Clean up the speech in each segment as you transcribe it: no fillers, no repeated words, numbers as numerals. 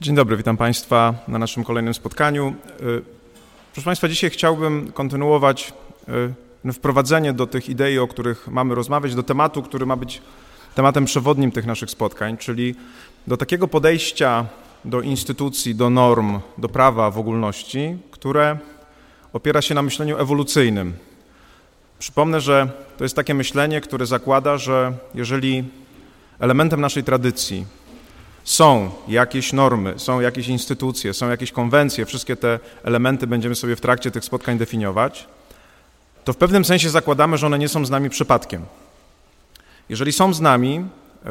Dzień dobry, witam Państwa na naszym kolejnym spotkaniu. Proszę Państwa, dzisiaj chciałbym kontynuować wprowadzenie do tych idei, o których mamy rozmawiać, do tematu, który ma być tematem przewodnim tych naszych spotkań, czyli do takiego podejścia do instytucji, do norm, do prawa w ogólności, które opiera się na myśleniu ewolucyjnym. Przypomnę, że to jest takie myślenie, które zakłada, że jeżeli elementem naszej tradycji są jakieś normy, są jakieś instytucje, są jakieś konwencje, wszystkie te elementy będziemy sobie w trakcie tych spotkań definiować, to w pewnym sensie zakładamy, że one nie są z nami przypadkiem. Jeżeli są z nami,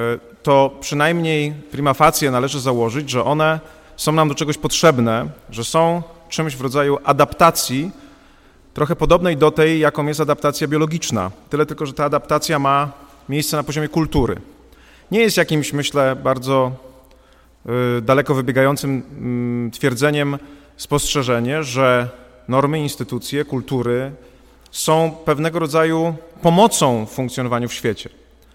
to przynajmniej prima facie należy założyć, że one są nam do czegoś potrzebne, że są czymś w rodzaju adaptacji, trochę podobnej do tej, jaką jest adaptacja biologiczna. Tyle tylko, że ta adaptacja ma miejsce na poziomie kultury. Nie jest jakimś, myślę, bardzo daleko wybiegającym twierdzeniem spostrzeżenie, że normy, instytucje, kultury są pewnego rodzaju pomocą w funkcjonowaniu w świecie.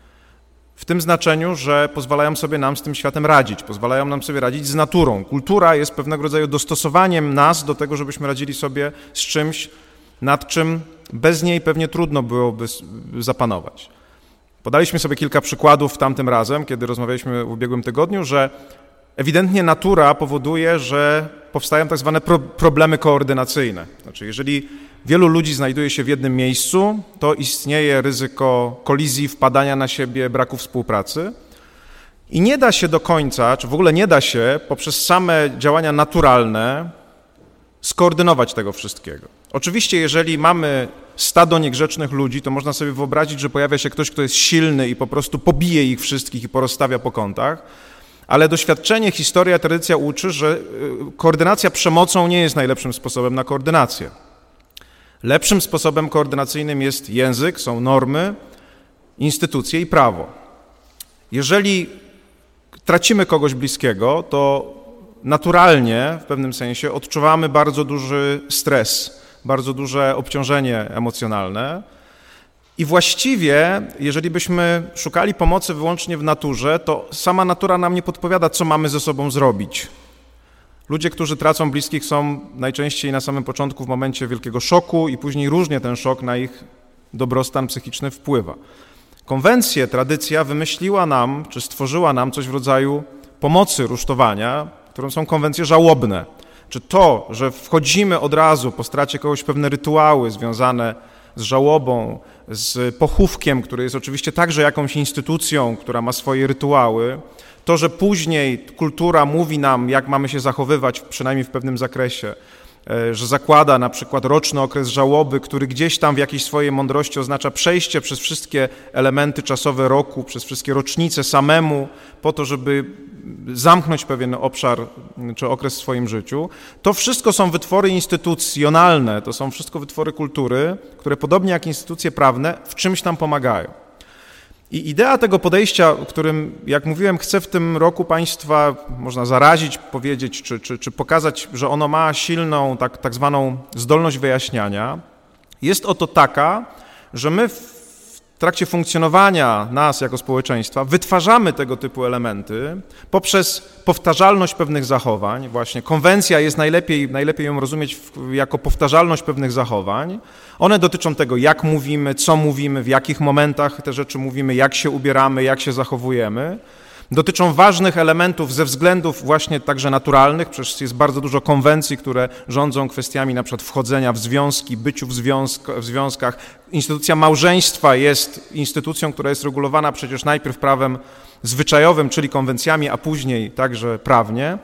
W tym znaczeniu, że pozwalają sobie nam z tym światem radzić, pozwalają nam sobie radzić z naturą. Kultura jest pewnego rodzaju dostosowaniem nas do tego, żebyśmy radzili sobie z czymś, nad czym bez niej pewnie trudno byłoby zapanować. Podaliśmy sobie kilka przykładów tamtym razem, kiedy rozmawialiśmy w ubiegłym tygodniu, że ewidentnie natura powoduje, że powstają tak zwane problemy koordynacyjne. Znaczy, jeżeli wielu ludzi znajduje się w jednym miejscu, to istnieje ryzyko kolizji, wpadania na siebie, braku współpracy i nie da się do końca, czy w ogóle nie da się poprzez same działania naturalne skoordynować tego wszystkiego. Oczywiście, jeżeli mamy stado niegrzecznych ludzi, to można sobie wyobrazić, że pojawia się ktoś, kto jest silny i po prostu pobije ich wszystkich i porozstawia po kątach, ale doświadczenie, historia, tradycja uczy, że koordynacja przemocą nie jest najlepszym sposobem na koordynację. Lepszym sposobem koordynacyjnym jest język, są normy, instytucje i prawo. Jeżeli tracimy kogoś bliskiego, to naturalnie w pewnym sensie odczuwamy bardzo duży stres, bardzo duże obciążenie emocjonalne i właściwie, jeżeli byśmy szukali pomocy wyłącznie w naturze, to sama natura nam nie podpowiada, co mamy ze sobą zrobić. Ludzie, którzy tracą bliskich, są najczęściej na samym początku w momencie wielkiego szoku i później różnie ten szok na ich dobrostan psychiczny wpływa. Konwencje, tradycja wymyśliła nam, czy stworzyła nam coś w rodzaju pomocy, rusztowania, którą są konwencje żałobne. Czy to, że wchodzimy od razu po stracie kogoś w pewne rytuały związane z żałobą, z pochówkiem, który jest oczywiście także jakąś instytucją, która ma swoje rytuały, to, że później kultura mówi nam, jak mamy się zachowywać, przynajmniej w pewnym zakresie, że zakłada na przykład roczny okres żałoby, który gdzieś tam w jakiejś swojej mądrości oznacza przejście przez wszystkie elementy czasowe roku, przez wszystkie rocznice samemu, po to, żeby zamknąć pewien obszar czy okres w swoim życiu. To wszystko są wytwory instytucjonalne, to są wszystko wytwory kultury, które podobnie jak instytucje prawne w czymś nam pomagają. I idea tego podejścia, którym, jak mówiłem, chcę w tym roku Państwa, można zarazić, powiedzieć, czy pokazać, że ono ma silną tak zwaną zdolność wyjaśniania, jest oto taka, że my w trakcie funkcjonowania nas jako społeczeństwa wytwarzamy tego typu elementy poprzez powtarzalność pewnych zachowań. Właśnie konwencja jest najlepiej ją rozumieć jako powtarzalność pewnych zachowań. One dotyczą tego, jak mówimy, co mówimy, w jakich momentach te rzeczy mówimy, jak się ubieramy, jak się zachowujemy. Dotyczą ważnych elementów ze względów właśnie także naturalnych, przecież jest bardzo dużo konwencji, które rządzą kwestiami na przykład wchodzenia w związki, byciu w związkach. Instytucja małżeństwa jest instytucją, która jest regulowana przecież najpierw prawem zwyczajowym, czyli konwencjami, a później także prawnie.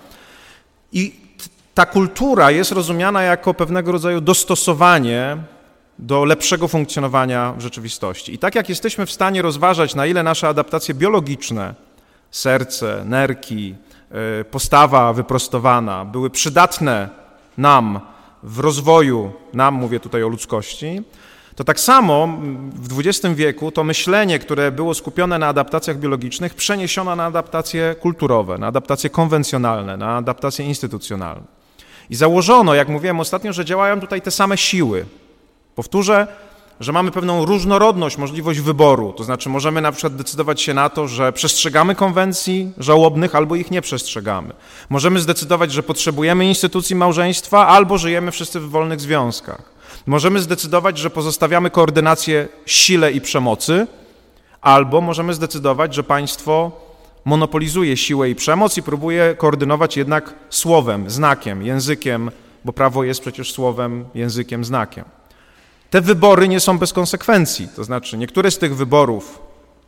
I ta kultura jest rozumiana jako pewnego rodzaju dostosowanie do lepszego funkcjonowania w rzeczywistości. I tak jak jesteśmy w stanie rozważać, na ile nasze adaptacje biologiczne, serce, nerki, postawa wyprostowana były przydatne nam w rozwoju, mówię tutaj o ludzkości, to tak samo w XX wieku to myślenie, które było skupione na adaptacjach biologicznych, przeniesiono na adaptacje kulturowe, na adaptacje konwencjonalne, na adaptacje instytucjonalne. I założono, jak mówiłem ostatnio, że działają tutaj te same siły. Powtórzę, że mamy pewną różnorodność, możliwość wyboru. To znaczy możemy na przykład decydować się na to, że przestrzegamy konwencji żałobnych albo ich nie przestrzegamy. Możemy zdecydować, że potrzebujemy instytucji małżeństwa albo żyjemy wszyscy w wolnych związkach. Możemy zdecydować, że pozostawiamy koordynację sile i przemocy, albo możemy zdecydować, że państwo monopolizuje siłę i przemoc i próbuje koordynować jednak słowem, znakiem, językiem, bo prawo jest przecież słowem, językiem, znakiem. Te wybory nie są bez konsekwencji, to znaczy niektóre z tych wyborów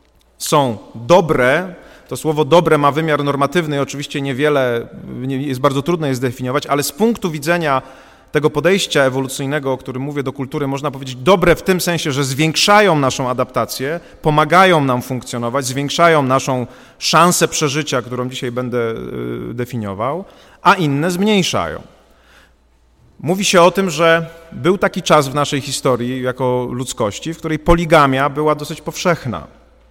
są dobre, to słowo dobre ma wymiar normatywny i oczywiście jest bardzo trudno je zdefiniować, ale z punktu widzenia tego podejścia ewolucyjnego, o którym mówię, do kultury, można powiedzieć dobre w tym sensie, że zwiększają naszą adaptację, pomagają nam funkcjonować, zwiększają naszą szansę przeżycia, którą dzisiaj będę definiował, a inne zmniejszają. Mówi się o tym, że był taki czas w naszej historii jako ludzkości, w której poligamia była dosyć powszechna.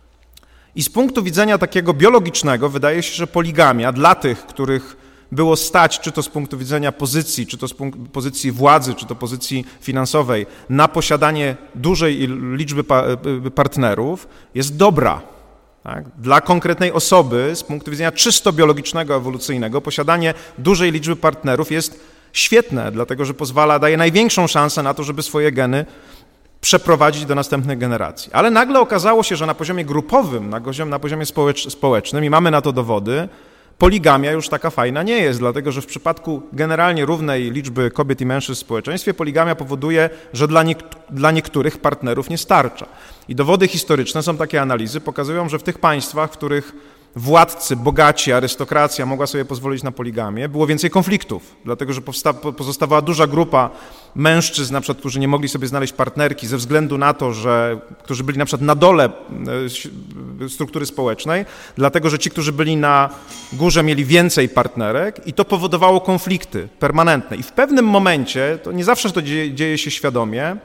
I z punktu widzenia takiego biologicznego wydaje się, że poligamia dla tych, których było stać, czy to z punktu widzenia pozycji, czy to z pozycji władzy, czy to pozycji finansowej, na posiadanie dużej liczby partnerów, jest dobra. Tak? Dla konkretnej osoby, z punktu widzenia czysto biologicznego, ewolucyjnego, posiadanie dużej liczby partnerów jest świetne, dlatego że daje największą szansę na to, żeby swoje geny przeprowadzić do następnych generacji. Ale nagle okazało się, że na poziomie grupowym, na poziomie społecznym, i mamy na to dowody, poligamia już taka fajna nie jest, dlatego że w przypadku generalnie równej liczby kobiet i mężczyzn w społeczeństwie poligamia powoduje, że dla niektórych partnerów nie starcza. I dowody historyczne, są takie analizy, pokazują, że w tych państwach, w których władcy, bogaci, arystokracja mogła sobie pozwolić na poligamię, było więcej konfliktów, dlatego że pozostawała duża grupa mężczyzn, na przykład, którzy nie mogli sobie znaleźć partnerki ze względu na to, którzy byli na przykład na dole struktury społecznej, dlatego że ci, którzy byli na górze, mieli więcej partnerek i to powodowało konflikty permanentne. I w pewnym momencie, to nie zawsze to dzieje się świadomie,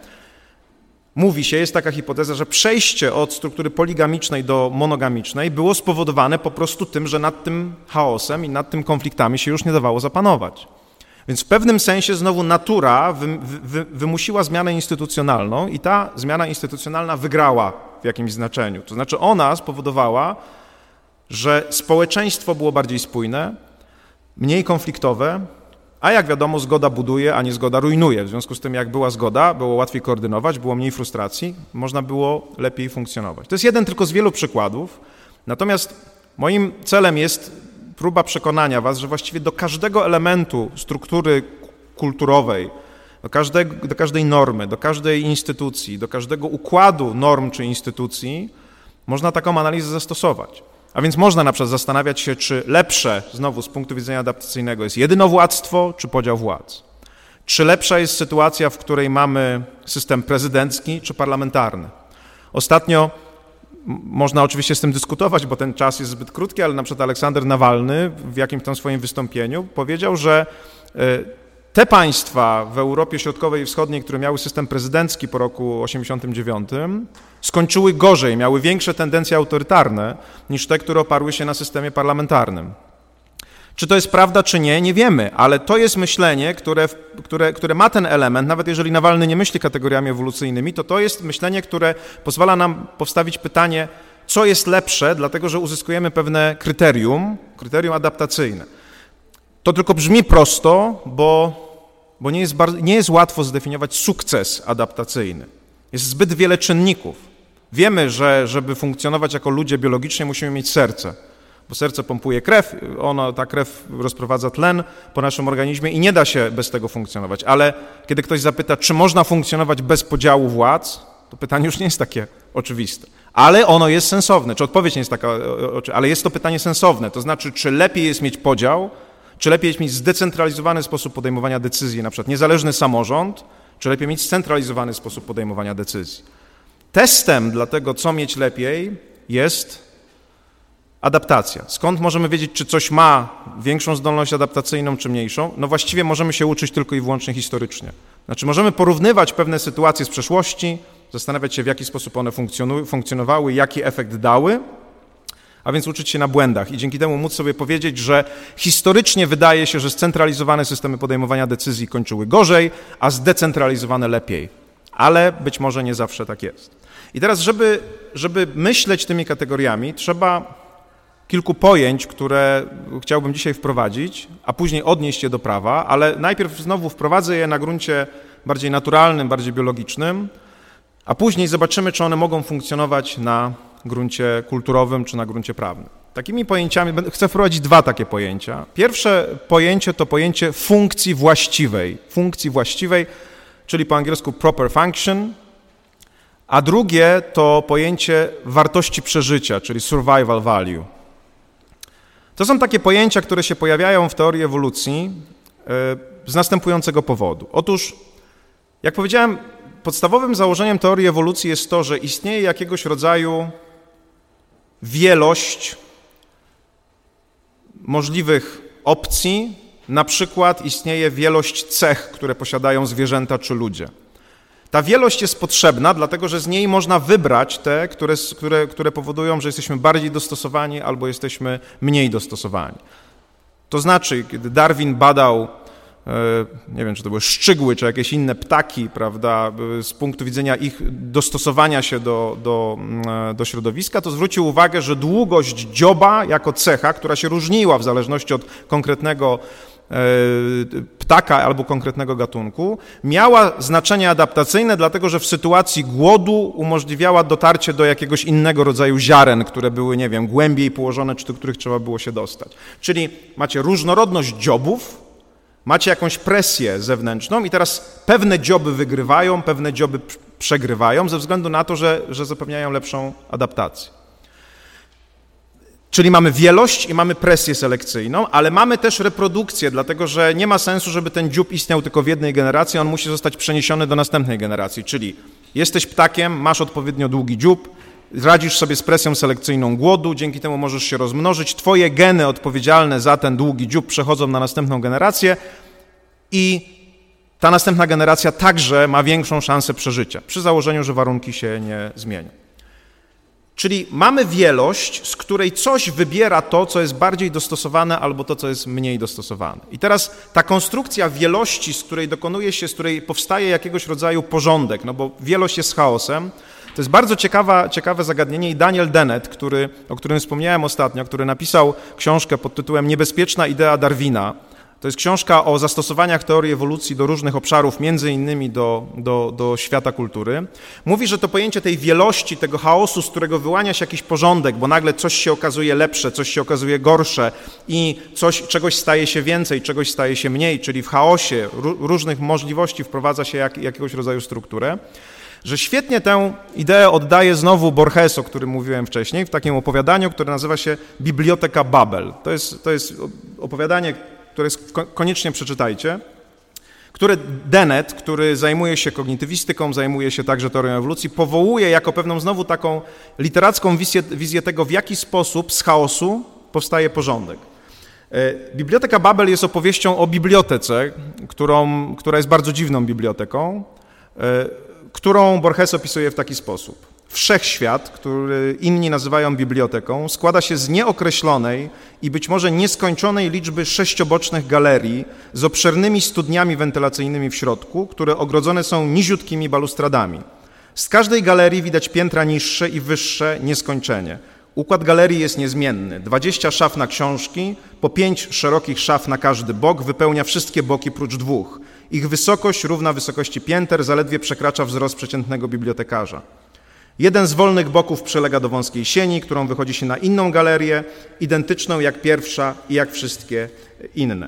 mówi się, jest taka hipoteza, że przejście od struktury poligamicznej do monogamicznej było spowodowane po prostu tym, że nad tym chaosem i nad tym konfliktami się już nie dawało zapanować. Więc w pewnym sensie znowu natura wymusiła zmianę instytucjonalną i ta zmiana instytucjonalna wygrała w jakimś znaczeniu. To znaczy ona spowodowała, że społeczeństwo było bardziej spójne, mniej konfliktowe, a jak wiadomo, zgoda buduje, a nie zgoda rujnuje. W związku z tym, jak była zgoda, było łatwiej koordynować, było mniej frustracji, można było lepiej funkcjonować. To jest jeden tylko z wielu przykładów. Natomiast moim celem jest próba przekonania was, że właściwie do każdego elementu struktury kulturowej, do każdej normy, do każdej instytucji, do każdego układu norm czy instytucji można taką analizę zastosować. A więc można na przykład zastanawiać się, czy lepsze, znowu z punktu widzenia adaptacyjnego, jest jedynowładztwo czy podział władz. Czy lepsza jest sytuacja, w której mamy system prezydencki czy parlamentarny. Ostatnio można oczywiście z tym dyskutować, bo ten czas jest zbyt krótki, ale na przykład Aleksander Nawalny w jakimś tam swoim wystąpieniu powiedział, że te państwa w Europie Środkowej i Wschodniej, które miały system prezydencki po roku 1989, skończyły gorzej, miały większe tendencje autorytarne niż te, które oparły się na systemie parlamentarnym. Czy to jest prawda, czy nie, nie wiemy, ale to jest myślenie, które ma ten element, nawet jeżeli Nawalny nie myśli kategoriami ewolucyjnymi, to jest myślenie, które pozwala nam postawić pytanie, co jest lepsze, dlatego że uzyskujemy pewne kryterium adaptacyjne. To tylko brzmi prosto, bo nie jest łatwo zdefiniować sukces adaptacyjny. Jest zbyt wiele czynników. Wiemy, że żeby funkcjonować jako ludzie biologicznie, musimy mieć serce, bo serce pompuje krew, ta krew rozprowadza tlen po naszym organizmie i nie da się bez tego funkcjonować. Ale kiedy ktoś zapyta, czy można funkcjonować bez podziału władz, to pytanie już nie jest takie oczywiste. Ale ono jest sensowne, czy odpowiedź nie jest taka, ale jest to pytanie sensowne, to znaczy, czy lepiej jest mieć podział, czy lepiej jest mieć zdecentralizowany sposób podejmowania decyzji, na przykład niezależny samorząd, czy lepiej mieć scentralizowany sposób podejmowania decyzji. Testem dla tego, co mieć lepiej, jest adaptacja. Skąd możemy wiedzieć, czy coś ma większą zdolność adaptacyjną, czy mniejszą? No właściwie możemy się uczyć tylko i wyłącznie historycznie. Znaczy możemy porównywać pewne sytuacje z przeszłości, zastanawiać się, w jaki sposób one funkcjonowały, jaki efekt dały, a więc uczyć się na błędach i dzięki temu móc sobie powiedzieć, że historycznie wydaje się, że scentralizowane systemy podejmowania decyzji kończyły gorzej, a zdecentralizowane lepiej. ale być może nie zawsze tak jest. I teraz, żeby myśleć tymi kategoriami, trzeba kilku pojęć, które chciałbym dzisiaj wprowadzić, a później odnieść je do prawa, ale najpierw znowu wprowadzę je na gruncie bardziej naturalnym, bardziej biologicznym, a później zobaczymy, czy one mogą funkcjonować na gruncie kulturowym czy na gruncie prawnym. Takimi pojęciami, chcę wprowadzić dwa takie pojęcia. Pierwsze pojęcie to pojęcie funkcji właściwej, czyli po angielsku proper function, a drugie to pojęcie wartości przeżycia, czyli survival value. To są takie pojęcia, które się pojawiają w teorii ewolucji z następującego powodu. Otóż, jak powiedziałem, podstawowym założeniem teorii ewolucji jest to, że istnieje jakiegoś rodzaju wielość możliwych opcji, na przykład istnieje wielość cech, które posiadają zwierzęta czy ludzie. Ta wielość jest potrzebna, dlatego że z niej można wybrać te, które powodują, że jesteśmy bardziej dostosowani albo jesteśmy mniej dostosowani. To znaczy, kiedy Darwin badał, nie wiem, czy to były szczygły, czy jakieś inne ptaki, prawda, z punktu widzenia ich dostosowania się do środowiska, to zwrócił uwagę, że długość dzioba jako cecha, która się różniła w zależności od konkretnego ptaka albo konkretnego gatunku, miała znaczenie adaptacyjne, dlatego że w sytuacji głodu umożliwiała dotarcie do jakiegoś innego rodzaju ziaren, które były, nie wiem, głębiej położone, czy do których trzeba było się dostać. Czyli macie różnorodność dziobów, macie jakąś presję zewnętrzną i teraz pewne dzioby wygrywają, pewne dzioby przegrywają ze względu na to, że zapewniają lepszą adaptację. Czyli mamy wielość i mamy presję selekcyjną, ale mamy też reprodukcję, dlatego że nie ma sensu, żeby ten dziób istniał tylko w jednej generacji, on musi zostać przeniesiony do następnej generacji. Czyli jesteś ptakiem, masz odpowiednio długi dziób, radzisz sobie z presją selekcyjną głodu, dzięki temu możesz się rozmnożyć, twoje geny odpowiedzialne za ten długi dziób przechodzą na następną generację i ta następna generacja także ma większą szansę przeżycia, przy założeniu, że warunki się nie zmienią. Czyli mamy wielość, z której coś wybiera to, co jest bardziej dostosowane albo to, co jest mniej dostosowane. I teraz ta konstrukcja wielości, z której powstaje jakiegoś rodzaju porządek, no bo wielość jest chaosem, to jest bardzo ciekawe zagadnienie i Daniel Dennett, o którym wspomniałem ostatnio, który napisał książkę pod tytułem Niebezpieczna idea Darwina. To jest książka o zastosowaniach teorii ewolucji do różnych obszarów, między innymi do świata kultury. Mówi, że to pojęcie tej wielości, tego chaosu, z którego wyłania się jakiś porządek, bo nagle coś się okazuje lepsze, coś się okazuje gorsze i czegoś staje się więcej, czegoś staje się mniej, czyli w chaosie różnych możliwości wprowadza się jakiegoś rodzaju strukturę, że świetnie tę ideę oddaje znowu Borges, o którym mówiłem wcześniej, w takim opowiadaniu, które nazywa się Biblioteka Babel. To jest opowiadanie, które koniecznie przeczytajcie, które Dennett, który zajmuje się kognitywistyką, zajmuje się także teorią ewolucji, powołuje jako pewną znowu taką literacką wizję tego, w jaki sposób z chaosu powstaje porządek. Biblioteka Babel jest opowieścią o bibliotece, która jest bardzo dziwną biblioteką, którą Borges opisuje w taki sposób. Wszechświat, który inni nazywają biblioteką, składa się z nieokreślonej i być może nieskończonej liczby sześciobocznych galerii z obszernymi studniami wentylacyjnymi w środku, które ogrodzone są niziutkimi balustradami. Z każdej galerii widać piętra niższe i wyższe nieskończenie. Układ galerii jest niezmienny. 20 szaf na książki, po 5 szerokich szaf na każdy bok, wypełnia wszystkie boki prócz 2. Ich wysokość równa wysokości pięter zaledwie przekracza wzrost przeciętnego bibliotekarza. Jeden z wolnych boków przylega do wąskiej sieni, którą wychodzi się na inną galerię, identyczną jak pierwsza i jak wszystkie inne.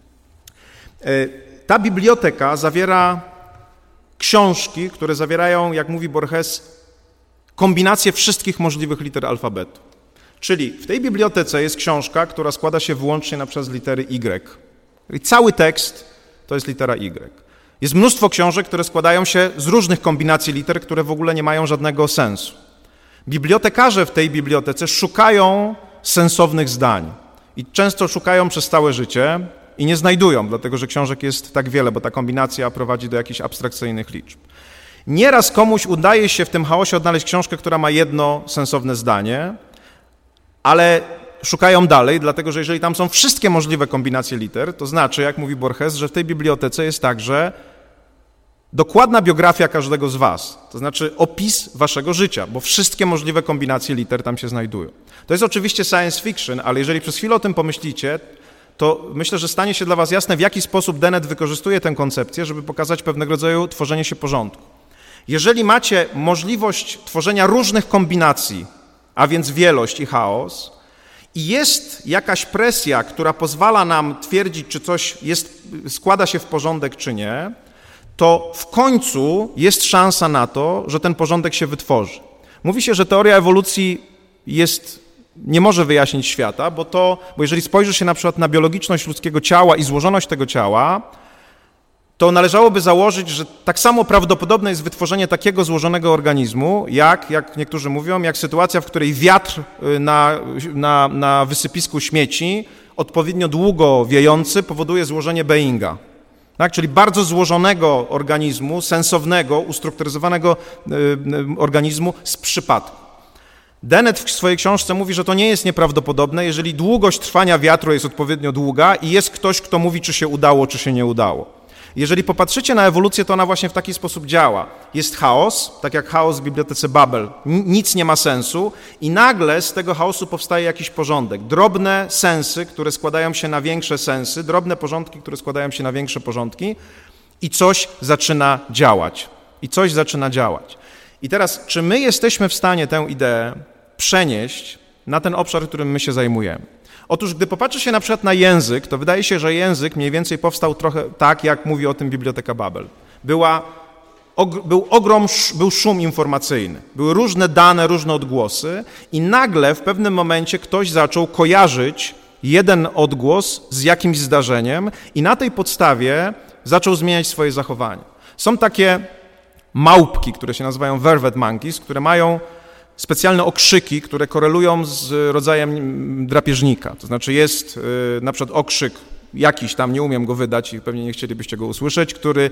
Ta biblioteka zawiera książki, które zawierają, jak mówi Borges, kombinację wszystkich możliwych liter alfabetu. Czyli w tej bibliotece jest książka, która składa się wyłącznie na przykład z litery Y. I cały tekst to jest litera Y. Jest mnóstwo książek, które składają się z różnych kombinacji liter, które w ogóle nie mają żadnego sensu. Bibliotekarze w tej bibliotece szukają sensownych zdań i często szukają przez całe życie i nie znajdują, dlatego że książek jest tak wiele, bo ta kombinacja prowadzi do jakichś abstrakcyjnych liczb. Nieraz komuś udaje się w tym chaosie odnaleźć książkę, która ma jedno sensowne zdanie, ale szukają dalej, dlatego że jeżeli tam są wszystkie możliwe kombinacje liter, to znaczy, jak mówi Borges, że w tej bibliotece jest także dokładna biografia każdego z was, to znaczy opis waszego życia, bo wszystkie możliwe kombinacje liter tam się znajdują. To jest oczywiście science fiction, ale jeżeli przez chwilę o tym pomyślicie, to myślę, że stanie się dla was jasne, w jaki sposób Dennett wykorzystuje tę koncepcję, żeby pokazać pewnego rodzaju tworzenie się porządku. Jeżeli macie możliwość tworzenia różnych kombinacji, a więc wielość i chaos, i jest jakaś presja, która pozwala nam twierdzić, czy coś składa się w porządek, czy nie, to w końcu jest szansa na to, że ten porządek się wytworzy. Mówi się, że teoria ewolucji nie może wyjaśnić świata, bo jeżeli spojrzy się na przykład na biologiczność ludzkiego ciała i złożoność tego ciała, to należałoby założyć, że tak samo prawdopodobne jest wytworzenie takiego złożonego organizmu, jak niektórzy mówią, jak sytuacja, w której wiatr na wysypisku śmieci odpowiednio długo wiejący powoduje złożenie Boeinga. Tak? Czyli bardzo złożonego organizmu, sensownego, ustrukturyzowanego organizmu z przypadku. Dennett w swojej książce mówi, że to nie jest nieprawdopodobne, jeżeli długość trwania wiatru jest odpowiednio długa i jest ktoś, kto mówi, czy się udało, czy się nie udało. Jeżeli popatrzycie na ewolucję, to ona właśnie w taki sposób działa. Jest chaos, tak jak chaos w bibliotece Babel, nic nie ma sensu i nagle z tego chaosu powstaje jakiś porządek. Drobne sensy, które składają się na większe sensy, drobne porządki, które składają się na większe porządki i coś zaczyna działać. I teraz, czy my jesteśmy w stanie tę ideę przenieść na ten obszar, którym my się zajmujemy? Otóż, gdy popatrzy się na przykład na język, to wydaje się, że język mniej więcej powstał trochę tak, jak mówi o tym Biblioteka Babel. Był szum informacyjny, były różne dane, różne odgłosy i nagle w pewnym momencie ktoś zaczął kojarzyć jeden odgłos z jakimś zdarzeniem i na tej podstawie zaczął zmieniać swoje zachowanie. Są takie małpki, które się nazywają vervet monkeys, które mają specjalne okrzyki, które korelują z rodzajem drapieżnika. To znaczy jest na przykład okrzyk jakiś tam, nie umiem go wydać i pewnie nie chcielibyście go usłyszeć, który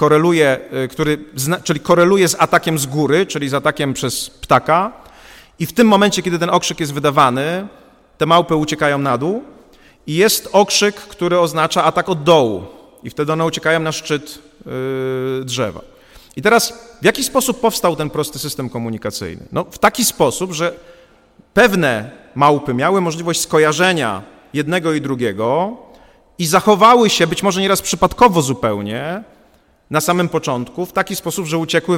koreluje z atakiem z góry, czyli z atakiem przez ptaka i w tym momencie, kiedy ten okrzyk jest wydawany, te małpy uciekają na dół i jest okrzyk, który oznacza atak od dołu i wtedy one uciekają na szczyt drzewa. I teraz w jaki sposób powstał ten prosty system komunikacyjny? No, w taki sposób, że pewne małpy miały możliwość skojarzenia jednego i drugiego i zachowały się, być może nieraz przypadkowo zupełnie, na samym początku w taki sposób, że uciekły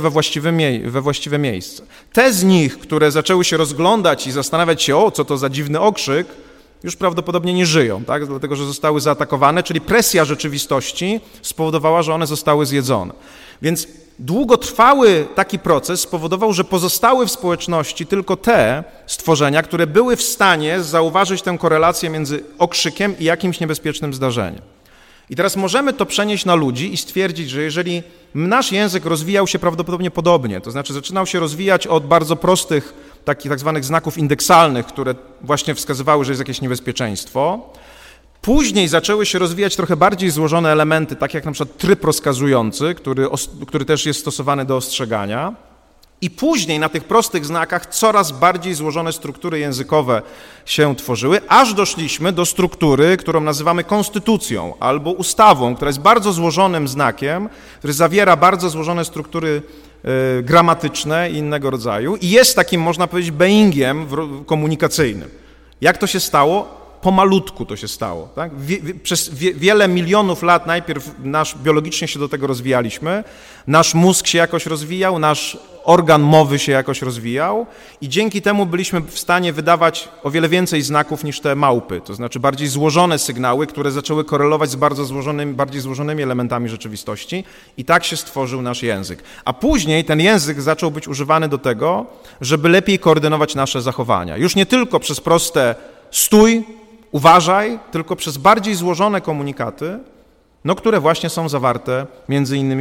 we właściwe miejsce. Te z nich, które zaczęły się rozglądać i zastanawiać się, co to za dziwny okrzyk, już prawdopodobnie nie żyją, tak? Dlatego że zostały zaatakowane, czyli presja rzeczywistości spowodowała, że one zostały zjedzone. Więc długotrwały taki proces spowodował, że pozostały w społeczności tylko te stworzenia, które były w stanie zauważyć tę korelację między okrzykiem i jakimś niebezpiecznym zdarzeniem. I teraz możemy to przenieść na ludzi i stwierdzić, że jeżeli nasz język rozwijał się prawdopodobnie podobnie, to znaczy zaczynał się rozwijać od bardzo prostych, takich tak zwanych znaków indeksalnych, które właśnie wskazywały, że jest jakieś niebezpieczeństwo, później zaczęły się rozwijać trochę bardziej złożone elementy, tak jak na przykład tryb rozkazujący, który też jest stosowany do ostrzegania. I później na tych prostych znakach coraz bardziej złożone struktury językowe się tworzyły, aż doszliśmy do struktury, którą nazywamy konstytucją albo ustawą, która jest bardzo złożonym znakiem, który zawiera bardzo złożone struktury gramatyczne i innego rodzaju i jest takim, można powiedzieć, Boeingiem komunikacyjnym. Jak to się stało? Pomalutku to się stało. Tak? Przez wiele milionów lat najpierw biologicznie się do tego rozwijaliśmy, nasz mózg się jakoś rozwijał, nasz organ mowy się jakoś rozwijał i dzięki temu byliśmy w stanie wydawać o wiele więcej znaków niż te małpy, to znaczy bardziej złożone sygnały, które zaczęły korelować z bardziej złożonymi elementami rzeczywistości i tak się stworzył nasz język. A później ten język zaczął być używany do tego, żeby lepiej koordynować nasze zachowania. Już nie tylko przez proste stój, uważaj, tylko przez bardziej złożone komunikaty, które właśnie są zawarte między innymi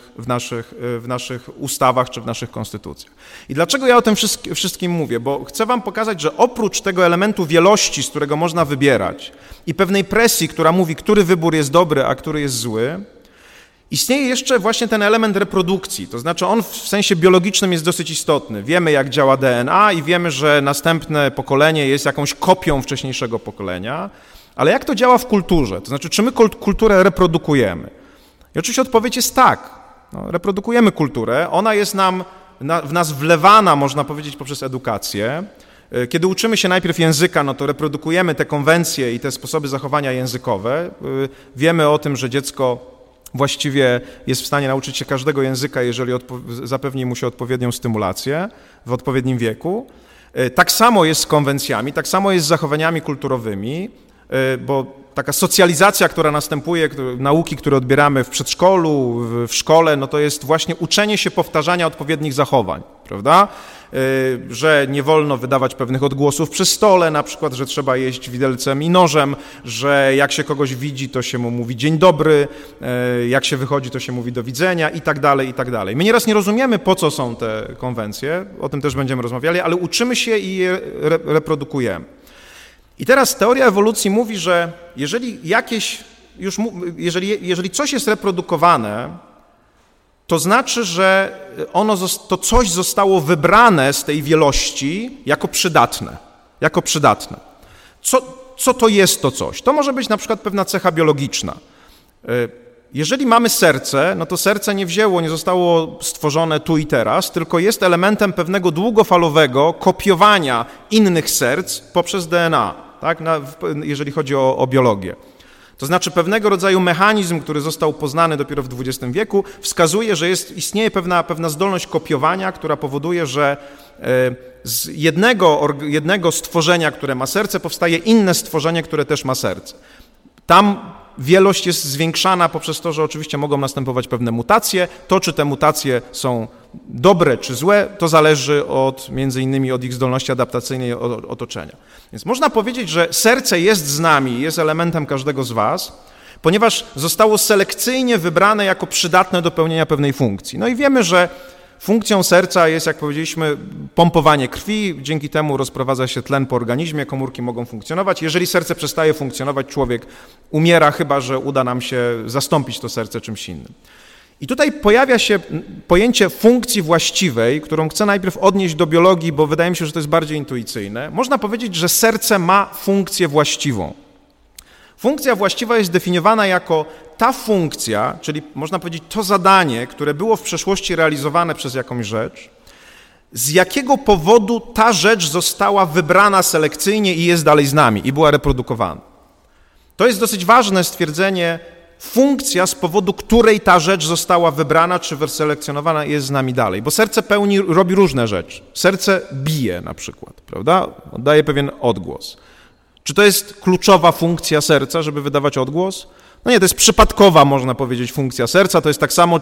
w naszych ustawach czy w naszych konstytucjach. I dlaczego ja o tym wszystkim mówię? Bo chcę wam pokazać, że oprócz tego elementu wielości, z którego można wybierać i pewnej presji, która mówi, który wybór jest dobry, a który jest zły, istnieje jeszcze właśnie ten element reprodukcji, to znaczy on w sensie biologicznym jest dosyć istotny. Wiemy, jak działa DNA i wiemy, że następne pokolenie jest jakąś kopią wcześniejszego pokolenia, ale jak to działa w kulturze? To znaczy, czy my kulturę reprodukujemy? I oczywiście odpowiedź jest tak. No, reprodukujemy kulturę, ona jest w nas wlewana, można powiedzieć, poprzez edukację. Kiedy uczymy się najpierw języka, no to reprodukujemy te konwencje i te sposoby zachowania językowe. Wiemy o tym, że dziecko właściwie jest w stanie nauczyć się każdego języka, jeżeli zapewni mu się odpowiednią stymulację w odpowiednim wieku. Tak samo jest z konwencjami, tak samo jest z zachowaniami kulturowymi, bo taka socjalizacja, która następuje, nauki, które odbieramy w przedszkolu, w szkole, no to jest właśnie uczenie się powtarzania odpowiednich zachowań, prawda? Że nie wolno wydawać pewnych odgłosów przy stole, na przykład, że trzeba jeść widelcem i nożem, że jak się kogoś widzi, to się mu mówi dzień dobry, jak się wychodzi, to się mówi do widzenia i tak dalej, i tak dalej. My nieraz nie rozumiemy, po co są te konwencje, o tym też będziemy rozmawiali, ale uczymy się i je reprodukujemy. I teraz teoria ewolucji mówi, że jeżeli coś jest reprodukowane, to znaczy, że to coś zostało wybrane z tej wielości jako przydatne. Co to jest to coś? To może być na przykład pewna cecha biologiczna. Jeżeli mamy serce, no to serce nie zostało stworzone tu i teraz, tylko jest elementem pewnego długofalowego kopiowania innych serc poprzez DNA, tak? Jeżeli chodzi o biologię. To znaczy pewnego rodzaju mechanizm, który został poznany dopiero w XX wieku, wskazuje, że istnieje pewna zdolność kopiowania, która powoduje, że z jednego stworzenia, które ma serce, powstaje inne stworzenie, które też ma serce. Tam wielość jest zwiększana poprzez to, że oczywiście mogą następować pewne mutacje. To, czy te mutacje są dobre czy złe, to zależy między innymi od ich zdolności adaptacyjnej otoczenia. Więc można powiedzieć, że serce jest z nami, jest elementem każdego z was, ponieważ zostało selekcyjnie wybrane jako przydatne do pełnienia pewnej funkcji. No i wiemy, że funkcją serca jest, jak powiedzieliśmy, pompowanie krwi, dzięki temu rozprowadza się tlen po organizmie, komórki mogą funkcjonować. Jeżeli serce przestaje funkcjonować, człowiek umiera, chyba że uda nam się zastąpić to serce czymś innym. I tutaj pojawia się pojęcie funkcji właściwej, którą chcę najpierw odnieść do biologii, bo wydaje mi się, że to jest bardziej intuicyjne. Można powiedzieć, że serce ma funkcję właściwą. Funkcja właściwa jest definiowana jako ta funkcja, czyli można powiedzieć to zadanie, które było w przeszłości realizowane przez jakąś rzecz, z jakiego powodu ta rzecz została wybrana selekcyjnie i jest dalej z nami i była reprodukowana. To jest dosyć ważne stwierdzenie, funkcja, z powodu której ta rzecz została wybrana czy wyselekcjonowana jest z nami dalej, bo serce robi różne rzeczy. Serce bije na przykład, prawda? Oddaje pewien odgłos. Czy to jest kluczowa funkcja serca, żeby wydawać odgłos? No nie, to jest przypadkowa, można powiedzieć, funkcja serca. To jest tak samo,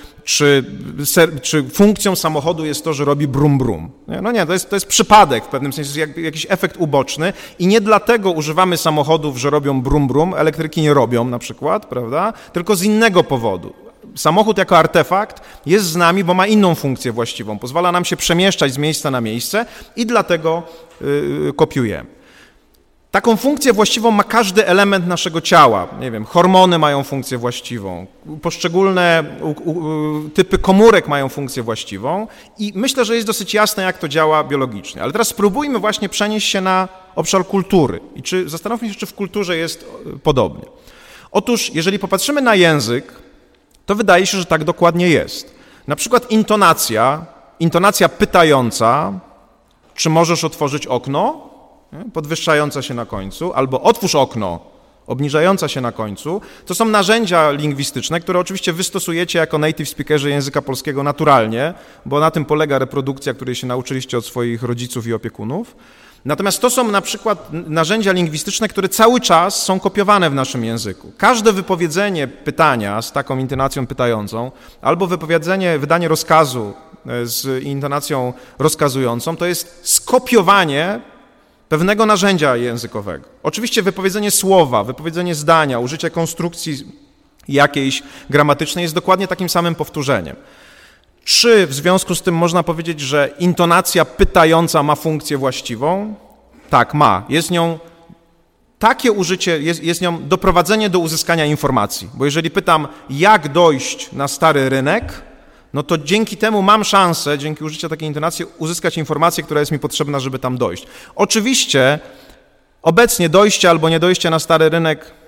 czy funkcją samochodu jest to, że robi brum brum. No nie, to jest przypadek w pewnym sensie, jakiś efekt uboczny i nie dlatego używamy samochodów, że robią brum brum, elektryki nie robią na przykład, prawda? Tylko z innego powodu. Samochód jako artefakt jest z nami, bo ma inną funkcję właściwą. Pozwala nam się przemieszczać z miejsca na miejsce i dlatego kopiujemy. Taką funkcję właściwą ma każdy element naszego ciała. Nie wiem, hormony mają funkcję właściwą, poszczególne typy komórek mają funkcję właściwą i myślę, że jest dosyć jasne, jak to działa biologicznie. Ale teraz spróbujmy właśnie przenieść się na obszar kultury i zastanówmy się, czy w kulturze jest podobnie. Otóż, jeżeli popatrzymy na język, to wydaje się, że tak dokładnie jest. Na przykład intonacja pytająca, czy możesz otworzyć okno? Podwyższająca się na końcu, albo otwórz okno, obniżająca się na końcu, to są narzędzia lingwistyczne, które oczywiście wy stosujecie jako native speakerzy języka polskiego naturalnie, bo na tym polega reprodukcja, której się nauczyliście od swoich rodziców i opiekunów. Natomiast to są na przykład narzędzia lingwistyczne, które cały czas są kopiowane w naszym języku. Każde wypowiedzenie pytania z taką intonacją pytającą, albo wydanie rozkazu z intonacją rozkazującą, to jest skopiowanie pewnego narzędzia językowego. Oczywiście wypowiedzenie słowa, wypowiedzenie zdania, użycie konstrukcji jakiejś gramatycznej jest dokładnie takim samym powtórzeniem. Czy w związku z tym można powiedzieć, że intonacja pytająca ma funkcję właściwą? Tak, ma. Jest nią takie użycie, jest nią doprowadzenie do uzyskania informacji. Bo jeżeli pytam, jak dojść na Stary Rynek, no to dzięki temu mam szansę, dzięki użyciu takiej intonacji, uzyskać informację, która jest mi potrzebna, żeby tam dojść. Oczywiście obecnie dojście albo nie dojście na Stary Rynek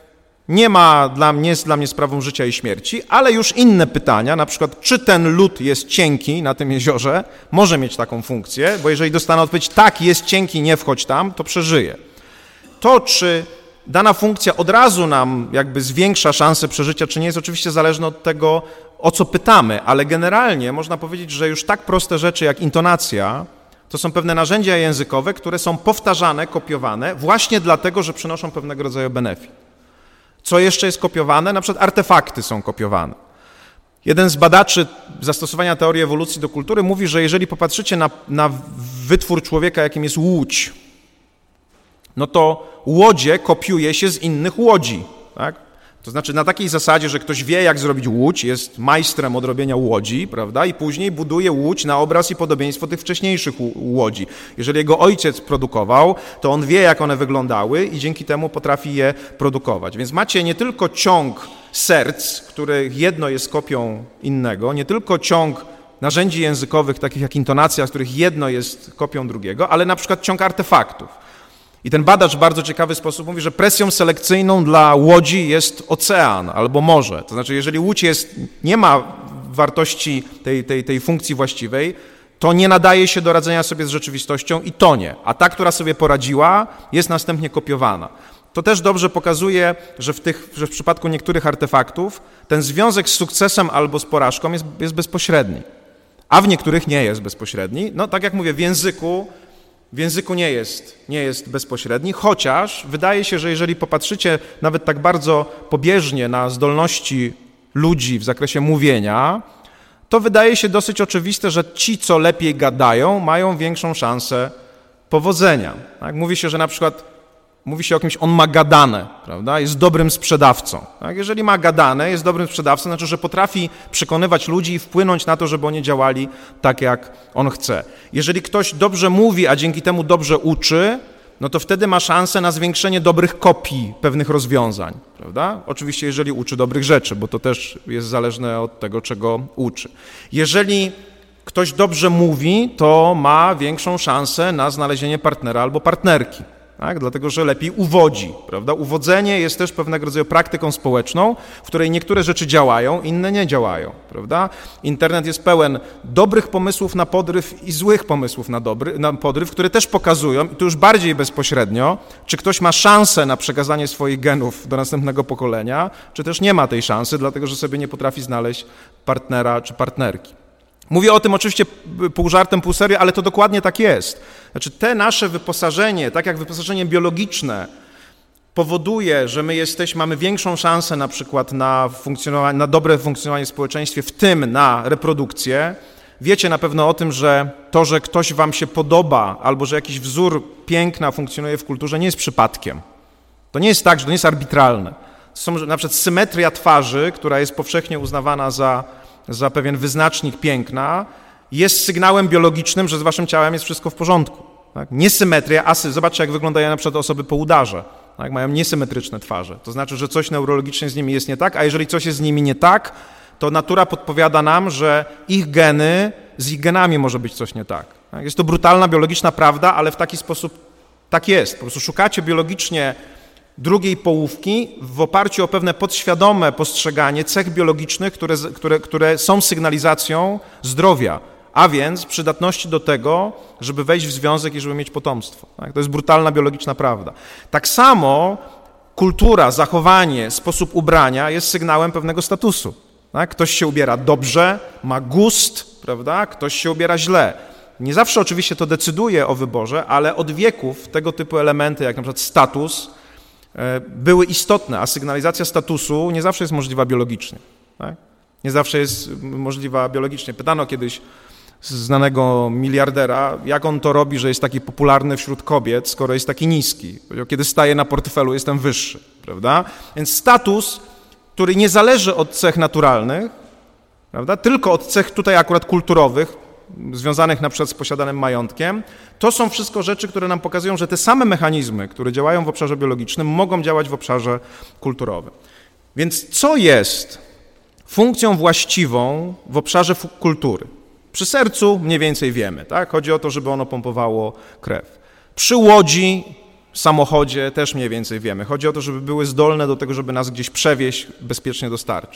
nie jest dla mnie sprawą życia i śmierci, ale już inne pytania, na przykład czy ten lód jest cienki na tym jeziorze, może mieć taką funkcję, bo jeżeli dostanę odpowiedź tak, jest cienki, nie wchodź tam, to przeżyję. To, czy dana funkcja od razu nam jakby zwiększa szansę przeżycia, czy nie, jest oczywiście zależne od tego, o co pytamy, ale generalnie można powiedzieć, że już tak proste rzeczy jak intonacja to są pewne narzędzia językowe, które są powtarzane, kopiowane właśnie dlatego, że przynoszą pewnego rodzaju benefit. Co jeszcze jest kopiowane? Na przykład artefakty są kopiowane. Jeden z badaczy zastosowania teorii ewolucji do kultury mówi, że jeżeli popatrzycie na wytwór człowieka, jakim jest łódź, no to łodzie kopiuje się z innych łodzi, tak? To znaczy na takiej zasadzie, że ktoś wie, jak zrobić łódź, jest majstrem od robienia łodzi, prawda? I później buduje łódź na obraz i podobieństwo tych wcześniejszych łodzi. Jeżeli jego ojciec produkował, to on wie, jak one wyglądały i dzięki temu potrafi je produkować. Więc macie nie tylko ciąg serc, których jedno jest kopią innego, nie tylko ciąg narzędzi językowych, takich jak intonacja, z których jedno jest kopią drugiego, ale na przykład ciąg artefaktów. I ten badacz w bardzo ciekawy sposób mówi, że presją selekcyjną dla łodzi jest ocean albo morze. To znaczy, jeżeli łódź nie ma wartości tej funkcji właściwej, to nie nadaje się do radzenia sobie z rzeczywistością i tonie. A ta, która sobie poradziła, jest następnie kopiowana. To też dobrze pokazuje, że w przypadku niektórych artefaktów ten związek z sukcesem albo z porażką jest bezpośredni, a w niektórych nie jest bezpośredni. No tak jak mówię, w języku nie jest bezpośredni, chociaż wydaje się, że jeżeli popatrzycie nawet tak bardzo pobieżnie na zdolności ludzi w zakresie mówienia, to wydaje się dosyć oczywiste, że ci, co lepiej gadają, mają większą szansę powodzenia. Tak? Mówi się, że na przykład o kimś, on ma gadane, prawda? Jest dobrym sprzedawcą. Tak? Jeżeli ma gadane, jest dobrym sprzedawcą, znaczy, że potrafi przekonywać ludzi i wpłynąć na to, żeby oni działali tak, jak on chce. Jeżeli ktoś dobrze mówi, a dzięki temu dobrze uczy, no to wtedy ma szansę na zwiększenie dobrych kopii pewnych rozwiązań, prawda? Oczywiście, jeżeli uczy dobrych rzeczy, bo to też jest zależne od tego, czego uczy. Jeżeli ktoś dobrze mówi, to ma większą szansę na znalezienie partnera albo partnerki. Tak? Dlatego, że lepiej uwodzi, prawda? Uwodzenie jest też pewnego rodzaju praktyką społeczną, w której niektóre rzeczy działają, inne nie działają, prawda? Internet jest pełen dobrych pomysłów na podryw i złych pomysłów na podryw, które też pokazują, i tu już bardziej bezpośrednio, czy ktoś ma szansę na przekazanie swoich genów do następnego pokolenia, czy też nie ma tej szansy, dlatego, że sobie nie potrafi znaleźć partnera czy partnerki. Mówię o tym oczywiście pół żartem, pół serio, ale to dokładnie tak jest. Znaczy te nasze wyposażenie, tak jak wyposażenie biologiczne powoduje, że mamy większą szansę na przykład na dobre funkcjonowanie w społeczeństwie, w tym na reprodukcję. Wiecie na pewno o tym, że to, że ktoś wam się podoba albo że jakiś wzór piękna funkcjonuje w kulturze, nie jest przypadkiem. To nie jest tak, że to nie jest arbitralne. Są na przykład symetria twarzy, która jest powszechnie uznawana za pewien wyznacznik piękna, jest sygnałem biologicznym, że z waszym ciałem jest wszystko w porządku. Tak? Niesymetria, zobaczcie, jak wyglądają na przykład osoby po udarze. Tak? Mają niesymetryczne twarze. To znaczy, że coś neurologicznie z nimi jest nie tak, a jeżeli coś jest z nimi nie tak, to natura podpowiada nam, że z ich genami może być coś nie tak. Tak? Jest to brutalna, biologiczna prawda, ale w taki sposób tak jest. Po prostu szukacie biologicznie drugiej połówki w oparciu o pewne podświadome postrzeganie cech biologicznych, które są sygnalizacją zdrowia, a więc przydatności do tego, żeby wejść w związek i żeby mieć potomstwo. Tak? To jest brutalna biologiczna prawda. Tak samo kultura, zachowanie, sposób ubrania jest sygnałem pewnego statusu. Tak? Ktoś się ubiera dobrze, ma gust, prawda? Ktoś się ubiera źle. Nie zawsze oczywiście to decyduje o wyborze, ale od wieków tego typu elementy, jak na przykład status, były istotne, a sygnalizacja statusu nie zawsze jest możliwa biologicznie. Tak? Nie zawsze jest możliwa biologicznie. Pytano kiedyś znanego miliardera, jak on to robi, że jest taki popularny wśród kobiet, skoro jest taki niski. Powiedział, kiedy staje na portfelu, jestem wyższy. Prawda? Więc status, który nie zależy od cech naturalnych, prawda? Tylko od cech tutaj akurat kulturowych, związanych na przykład z posiadanym majątkiem, to są wszystko rzeczy, które nam pokazują, że te same mechanizmy, które działają w obszarze biologicznym, mogą działać w obszarze kulturowym. Więc co jest funkcją właściwą w obszarze kultury? Przy sercu mniej więcej wiemy, tak? Chodzi o to, żeby ono pompowało krew. Przy łodzi samochodzie też mniej więcej wiemy. Chodzi o to, żeby były zdolne do tego, żeby nas gdzieś przewieźć, bezpiecznie dostarczyć.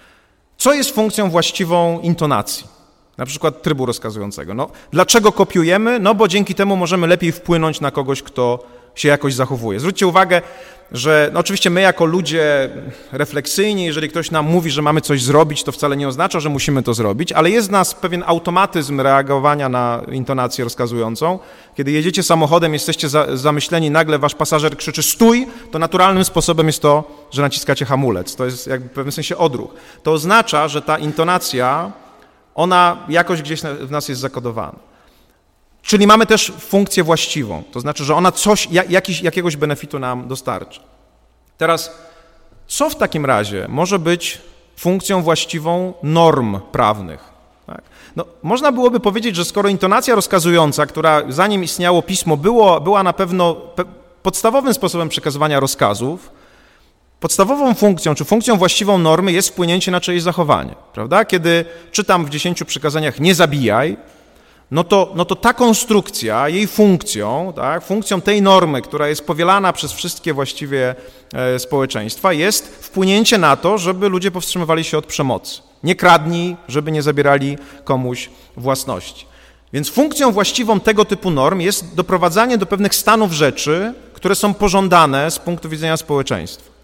Co jest funkcją właściwą intonacji? Na przykład trybu rozkazującego. No, dlaczego kopiujemy? No bo dzięki temu możemy lepiej wpłynąć na kogoś, kto się jakoś zachowuje. Zwróćcie uwagę, że no oczywiście my jako ludzie refleksyjni, jeżeli ktoś nam mówi, że mamy coś zrobić, to wcale nie oznacza, że musimy to zrobić, ale jest w nas pewien automatyzm reagowania na intonację rozkazującą. Kiedy jedziecie samochodem, jesteście zamyśleni, nagle wasz pasażer krzyczy stój, to naturalnym sposobem jest to, że naciskacie hamulec. To jest jakby w pewnym sensie odruch. To oznacza, że ta intonacja, ona jakoś gdzieś w nas jest zakodowana. Czyli mamy też funkcję właściwą, to znaczy, że ona jakiegoś benefitu nam dostarcza. Teraz, co w takim razie może być funkcją właściwą norm prawnych? Tak? No, można byłoby powiedzieć, że skoro intonacja rozkazująca, która zanim istniało pismo, była na pewno podstawowym sposobem przekazywania rozkazów, podstawową funkcją, czy funkcją właściwą normy jest wpłynięcie na czyjeś zachowanie, prawda? Kiedy czytam w 10 przykazaniach nie zabijaj, no to ta konstrukcja, jej funkcją, tak, funkcją tej normy, która jest powielana przez wszystkie właściwie społeczeństwa, jest wpłynięcie na to, żeby ludzie powstrzymywali się od przemocy. Nie kradnij, żeby nie zabierali komuś własności. Więc funkcją właściwą tego typu norm jest doprowadzanie do pewnych stanów rzeczy, które są pożądane z punktu widzenia społeczeństwa.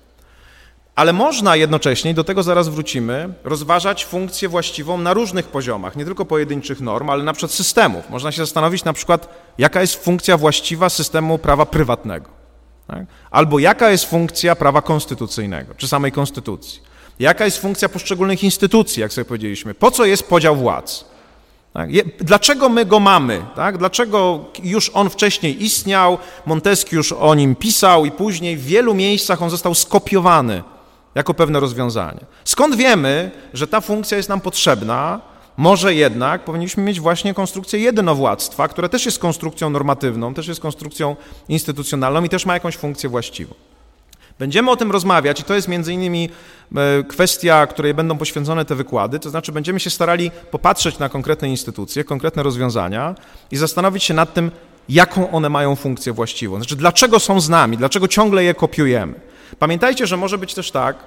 Ale można jednocześnie, do tego zaraz wrócimy, rozważać funkcję właściwą na różnych poziomach, nie tylko pojedynczych norm, ale na przykład systemów. Można się zastanowić na przykład, jaka jest funkcja właściwa systemu prawa prywatnego, tak? Albo jaka jest funkcja prawa konstytucyjnego, czy samej konstytucji. Jaka jest funkcja poszczególnych instytucji, jak sobie powiedzieliśmy. Po co jest podział władz? Tak? Dlaczego my go mamy? Tak? Dlaczego już on wcześniej istniał, Montesquieu już o nim pisał i później w wielu miejscach on został skopiowany jako pewne rozwiązanie. Skąd wiemy, że ta funkcja jest nam potrzebna? Może jednak powinniśmy mieć właśnie konstrukcję jedynowładztwa, które też jest konstrukcją normatywną, też jest konstrukcją instytucjonalną i też ma jakąś funkcję właściwą. Będziemy o tym rozmawiać i to jest między innymi kwestia, której będą poświęcone te wykłady, to znaczy będziemy się starali popatrzeć na konkretne instytucje, konkretne rozwiązania i zastanowić się nad tym, jaką one mają funkcję właściwą. Znaczy, dlaczego są z nami, dlaczego ciągle je kopiujemy. Pamiętajcie, że może być też tak,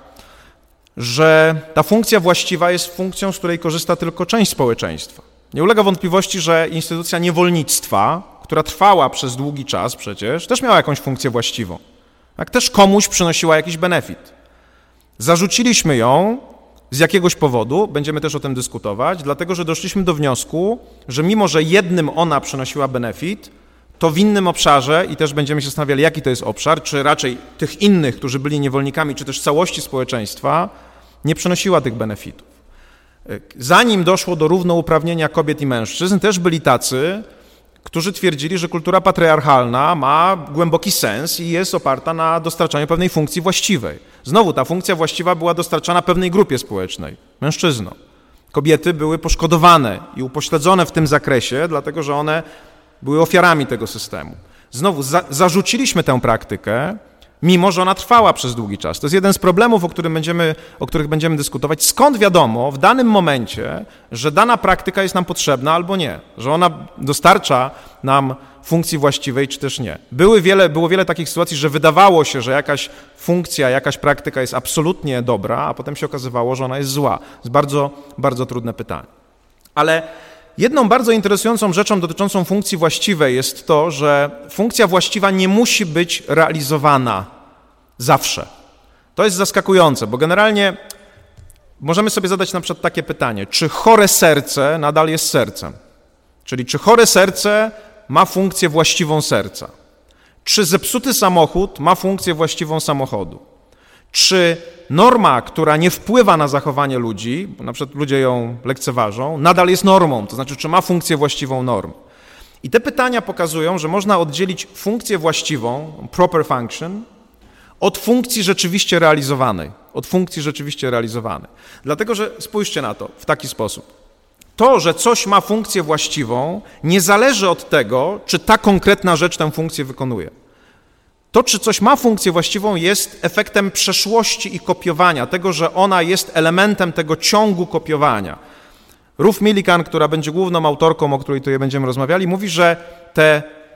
że ta funkcja właściwa jest funkcją, z której korzysta tylko część społeczeństwa. Nie ulega wątpliwości, że instytucja niewolnictwa, która trwała przez długi czas przecież, też miała jakąś funkcję właściwą. Tak, też komuś przynosiła jakiś benefit. Zarzuciliśmy ją z jakiegoś powodu, będziemy też o tym dyskutować, dlatego że doszliśmy do wniosku, że mimo, że jednym ona przynosiła benefit, to w innym obszarze, i też będziemy się zastanawiali, jaki to jest obszar, czy raczej tych innych, którzy byli niewolnikami, czy też całości społeczeństwa, nie przynosiła tych benefitów. Zanim doszło do równouprawnienia kobiet i mężczyzn, też byli tacy, którzy twierdzili, że kultura patriarchalna ma głęboki sens i jest oparta na dostarczaniu pewnej funkcji właściwej. Znowu ta funkcja właściwa była dostarczana pewnej grupie społecznej, mężczyznom. Kobiety były poszkodowane i upośledzone w tym zakresie, dlatego że one były ofiarami tego systemu. Znowu zarzuciliśmy tę praktykę, mimo że ona trwała przez długi czas. To jest jeden z problemów, o których będziemy dyskutować. Skąd wiadomo w danym momencie, że dana praktyka jest nam potrzebna albo nie, że ona dostarcza nam funkcji właściwej, czy też nie. Było wiele takich sytuacji, że wydawało się, że jakaś funkcja, jakaś praktyka jest absolutnie dobra, a potem się okazywało, że ona jest zła. To jest bardzo, bardzo trudne pytanie. Ale jedną bardzo interesującą rzeczą dotyczącą funkcji właściwej jest to, że funkcja właściwa nie musi być realizowana zawsze. To jest zaskakujące, bo generalnie możemy sobie zadać na przykład takie pytanie, czy chore serce nadal jest sercem? Czyli czy chore serce ma funkcję właściwą serca? Czy zepsuty samochód ma funkcję właściwą samochodu? Czy norma, która nie wpływa na zachowanie ludzi, bo na przykład ludzie ją lekceważą, nadal jest normą, to znaczy, czy ma funkcję właściwą norm? I te pytania pokazują, że można oddzielić funkcję właściwą, proper function, od funkcji rzeczywiście realizowanej. Dlatego, że spójrzcie na to w taki sposób. To, że coś ma funkcję właściwą, nie zależy od tego, czy ta konkretna rzecz tę funkcję wykonuje. To, czy coś ma funkcję właściwą, jest efektem przeszłości i kopiowania, tego, że ona jest elementem tego ciągu kopiowania. Ruth Millikan, która będzie główną autorką, o której tutaj będziemy rozmawiali, mówi, że te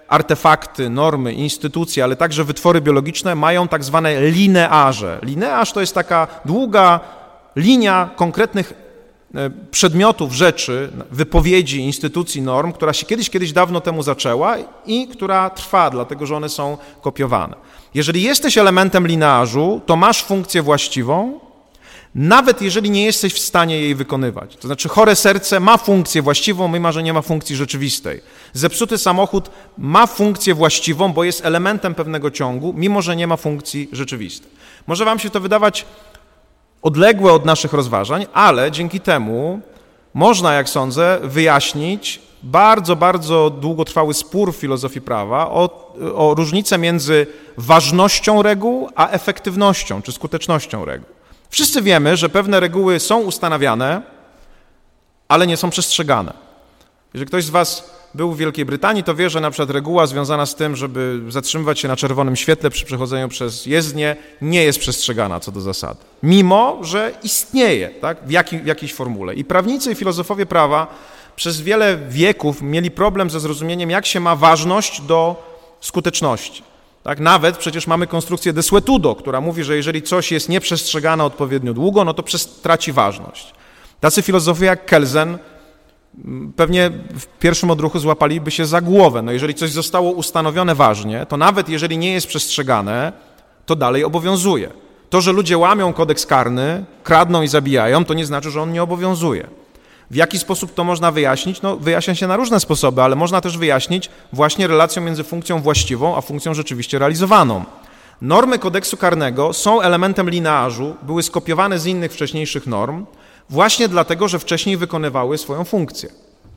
artefakty, normy, instytucje, ale także wytwory biologiczne mają tak zwane linearze. Linearz to jest taka długa linia konkretnych przedmiotów, rzeczy, wypowiedzi, instytucji, norm, która się kiedyś dawno temu zaczęła i która trwa, dlatego że one są kopiowane. Jeżeli jesteś elementem linearzu, to masz funkcję właściwą, nawet jeżeli nie jesteś w stanie jej wykonywać. To znaczy chore serce ma funkcję właściwą, mimo że nie ma funkcji rzeczywistej. Zepsuty samochód ma funkcję właściwą, bo jest elementem pewnego ciągu, mimo że nie ma funkcji rzeczywistej. Może wam się to wydawać odległe od naszych rozważań, ale dzięki temu można, jak sądzę, wyjaśnić bardzo, bardzo długotrwały spór w filozofii prawa o różnicę między ważnością reguł a efektywnością czy skutecznością reguł. Wszyscy wiemy, że pewne reguły są ustanawiane, ale nie są przestrzegane. Jeżeli ktoś z was był w Wielkiej Brytanii, to wie, że na przykład reguła związana z tym, żeby zatrzymywać się na czerwonym świetle przy przechodzeniu przez jezdnię, nie jest przestrzegana co do zasady. Mimo że istnieje, tak, w jakiejś formule. I prawnicy i filozofowie prawa przez wiele wieków mieli problem ze zrozumieniem, jak się ma ważność do skuteczności. Tak, nawet przecież mamy konstrukcję de suetudo, która mówi, że jeżeli coś jest nieprzestrzegane odpowiednio długo, no to traci ważność. Tacy filozofowie jak Kelsen pewnie w pierwszym odruchu złapaliby się za głowę. No jeżeli coś zostało ustanowione ważnie, to nawet jeżeli nie jest przestrzegane, to dalej obowiązuje. To, że ludzie łamią kodeks karny, kradną i zabijają, to nie znaczy, że on nie obowiązuje. W jaki sposób to można wyjaśnić? No, wyjaśnia się na różne sposoby, ale można też wyjaśnić właśnie relacją między funkcją właściwą a funkcją rzeczywiście realizowaną. Normy kodeksu karnego są elementem linearzu, były skopiowane z innych wcześniejszych norm, właśnie dlatego, że wcześniej wykonywały swoją funkcję.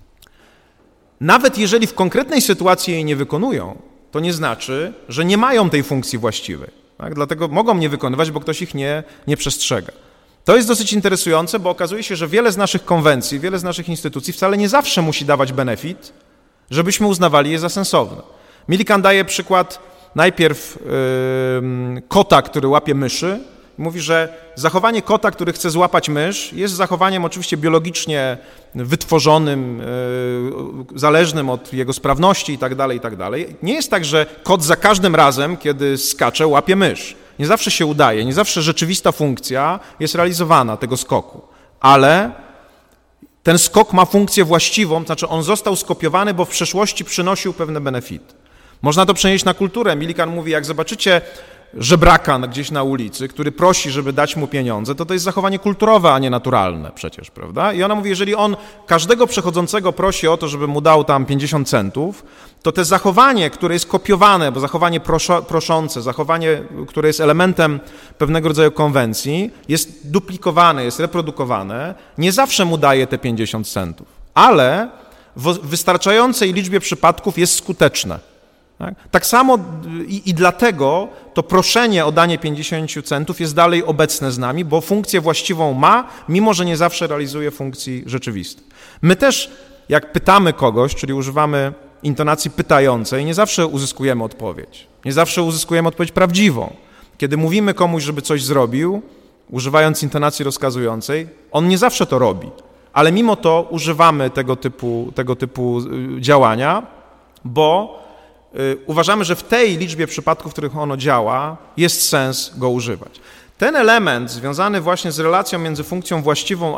Nawet jeżeli w konkretnej sytuacji jej nie wykonują, to nie znaczy, że nie mają tej funkcji właściwej. Tak? Dlatego mogą nie wykonywać, bo ktoś ich nie przestrzega. To jest dosyć interesujące, bo okazuje się, że wiele z naszych konwencji, wiele z naszych instytucji wcale nie zawsze musi dawać benefit, żebyśmy uznawali je za sensowne. Millikan daje przykład najpierw kota, który łapie myszy. Mówi, że zachowanie kota, który chce złapać mysz, jest zachowaniem oczywiście biologicznie wytworzonym, zależnym od jego sprawności itd., itd. Nie jest tak, że kot za każdym razem, kiedy skacze, łapie mysz. Nie zawsze się udaje, nie zawsze rzeczywista funkcja jest realizowana tego skoku, ale ten skok ma funkcję właściwą, to znaczy on został skopiowany, bo w przeszłości przynosił pewne benefity. Można to przenieść na kulturę. Millikan mówi, jak zobaczycie żebraka gdzieś na ulicy, który prosi, żeby dać mu pieniądze, to jest zachowanie kulturowe, a nie naturalne przecież, prawda? I ona mówi, jeżeli on każdego przechodzącego prosi o to, żeby mu dał tam 50 centów, to te zachowanie, które jest kopiowane, bo zachowanie proszące, zachowanie, które jest elementem pewnego rodzaju konwencji, jest duplikowane, jest reprodukowane, nie zawsze mu daje te 50 centów, ale w wystarczającej liczbie przypadków jest skuteczne. Tak samo i dlatego to proszenie o danie 50 centów jest dalej obecne z nami, bo funkcję właściwą ma, mimo że nie zawsze realizuje funkcji rzeczywistej. My też, jak pytamy kogoś, czyli używamy intonacji pytającej, nie zawsze uzyskujemy odpowiedź. Nie zawsze uzyskujemy odpowiedź prawdziwą. Kiedy mówimy komuś, żeby coś zrobił, używając intonacji rozkazującej, on nie zawsze to robi, ale mimo to używamy tego typu działania, bo uważamy, że w tej liczbie przypadków, w których ono działa, jest sens go używać. Ten element związany właśnie z relacją między funkcją właściwą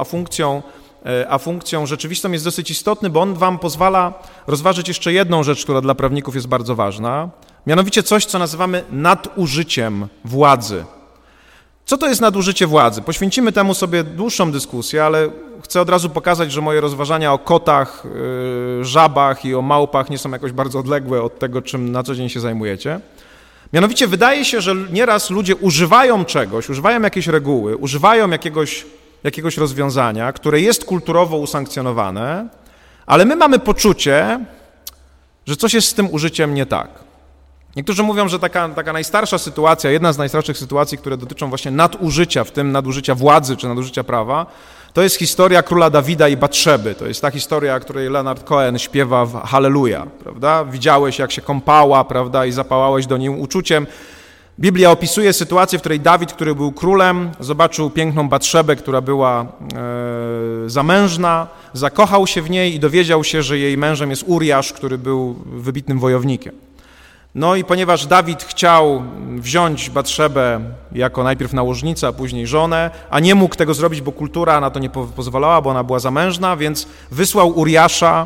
a funkcją rzeczywistą jest dosyć istotny, bo on wam pozwala rozważyć jeszcze jedną rzecz, która dla prawników jest bardzo ważna, mianowicie coś, co nazywamy nadużyciem władzy. Co to jest nadużycie władzy? Poświęcimy temu sobie dłuższą dyskusję, ale chcę od razu pokazać, że moje rozważania o kotach, żabach i o małpach nie są jakoś bardzo odległe od tego, czym na co dzień się zajmujecie. Mianowicie wydaje się, że nieraz ludzie używają czegoś, używają jakiejś reguły, używają jakiegoś rozwiązania, które jest kulturowo usankcjonowane, ale my mamy poczucie, że coś jest z tym użyciem nie tak. Niektórzy mówią, że taka najstarsza sytuacja, jedna z najstarszych sytuacji, które dotyczą właśnie nadużycia, w tym nadużycia władzy czy nadużycia prawa, to jest historia króla Dawida i Batszeby. To jest ta historia, której Leonard Cohen śpiewa w Halleluja, prawda? Widziałeś, jak się kąpała, prawda, i zapałałeś do niej uczuciem. Biblia opisuje sytuację, w której Dawid, który był królem, zobaczył piękną Batszebę, która była zamężna, zakochał się w niej i dowiedział się, że jej mężem jest Uriasz, który był wybitnym wojownikiem. No i ponieważ Dawid chciał wziąć Batszebę jako najpierw nałożnicę, a później żonę, a nie mógł tego zrobić, bo kultura na to nie pozwalała, bo ona była zamężna, więc wysłał Uriasza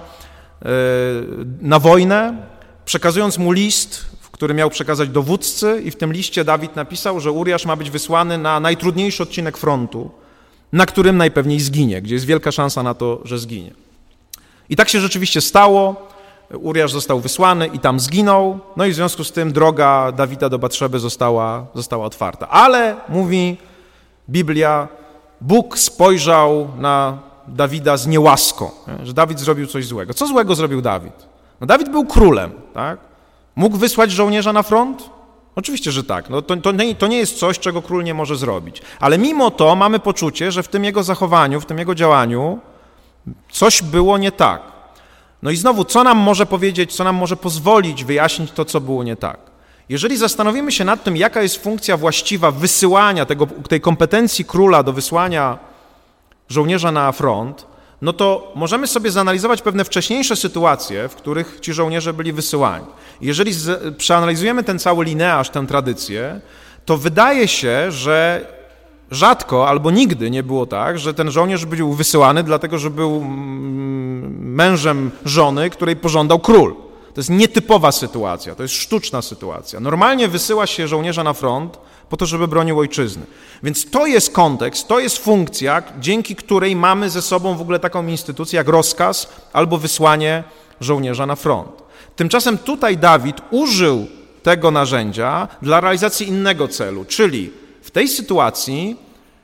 na wojnę, przekazując mu list, który miał przekazać dowódcy, i w tym liście Dawid napisał, że Uriasz ma być wysłany na najtrudniejszy odcinek frontu, na którym najpewniej zginie, gdzie jest wielka szansa na to, że zginie. I tak się rzeczywiście stało. Uriasz został wysłany i tam zginął, no i w związku z tym droga Dawida do Batszeby została otwarta. Ale, mówi Biblia, Bóg spojrzał na Dawida z niełaską, że Dawid zrobił coś złego. Co złego zrobił Dawid? No Dawid był królem, tak? Mógł wysłać żołnierza na front? Oczywiście, że tak. No to nie jest coś, czego król nie może zrobić. Ale mimo to mamy poczucie, że w tym jego zachowaniu, w tym jego działaniu coś było nie tak. No i znowu, co nam może powiedzieć, co nam może pozwolić wyjaśnić to, co było nie tak? Jeżeli zastanowimy się nad tym, jaka jest funkcja właściwa wysyłania tej kompetencji króla do wysłania żołnierza na front, no to możemy sobie zanalizować pewne wcześniejsze sytuacje, w których ci żołnierze byli wysyłani. Jeżeli przeanalizujemy ten cały linearz, tę tradycję, to wydaje się, że rzadko albo nigdy nie było tak, że ten żołnierz był wysyłany dlatego, że był mężem żony, której pożądał król. To jest nietypowa sytuacja, to jest sztuczna sytuacja. Normalnie wysyła się żołnierza na front po to, żeby bronił ojczyzny. Więc to jest kontekst, to jest funkcja, dzięki której mamy ze sobą w ogóle taką instytucję jak rozkaz albo wysłanie żołnierza na front. Tymczasem tutaj Dawid użył tego narzędzia dla realizacji innego celu, czyli w tej sytuacji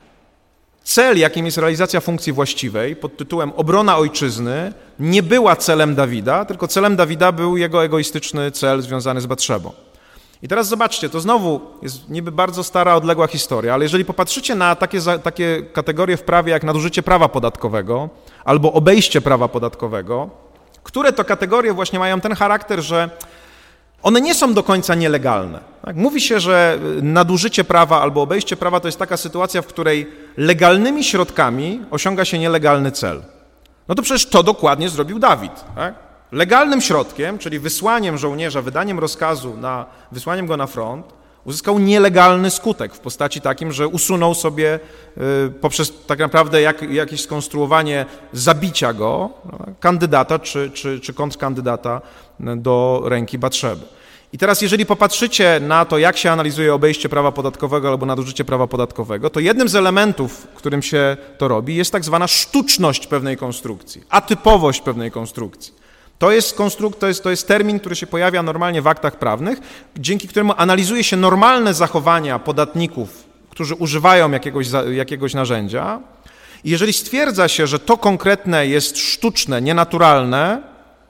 cel, jakim jest realizacja funkcji właściwej pod tytułem obrona ojczyzny, nie była celem Dawida, tylko celem Dawida był jego egoistyczny cel związany z Batszebą. I teraz zobaczcie, to znowu jest niby bardzo stara, odległa historia, ale jeżeli popatrzycie na takie kategorie w prawie jak nadużycie prawa podatkowego albo obejście prawa podatkowego, które to kategorie właśnie mają ten charakter, że one nie są do końca nielegalne. Tak? Mówi się, że nadużycie prawa albo obejście prawa to jest taka sytuacja, w której legalnymi środkami osiąga się nielegalny cel. No to przecież to dokładnie zrobił Dawid. Tak? Legalnym środkiem, czyli wysłaniem żołnierza, wydaniem rozkazu na wysłaniem go na front, uzyskał nielegalny skutek w postaci takim, że usunął sobie poprzez tak naprawdę jakieś skonstruowanie zabicia go kandydata czy kontrkandydata do ręki Batszeby. I teraz jeżeli popatrzycie na to, jak się analizuje obejście prawa podatkowego albo nadużycie prawa podatkowego, to jednym z elementów, którym się to robi, jest tak zwana sztuczność pewnej konstrukcji, atypowość pewnej konstrukcji. To jest termin, który się pojawia normalnie w aktach prawnych, dzięki któremu analizuje się normalne zachowania podatników, którzy używają jakiegoś narzędzia. I jeżeli stwierdza się, że to konkretne jest sztuczne, nienaturalne,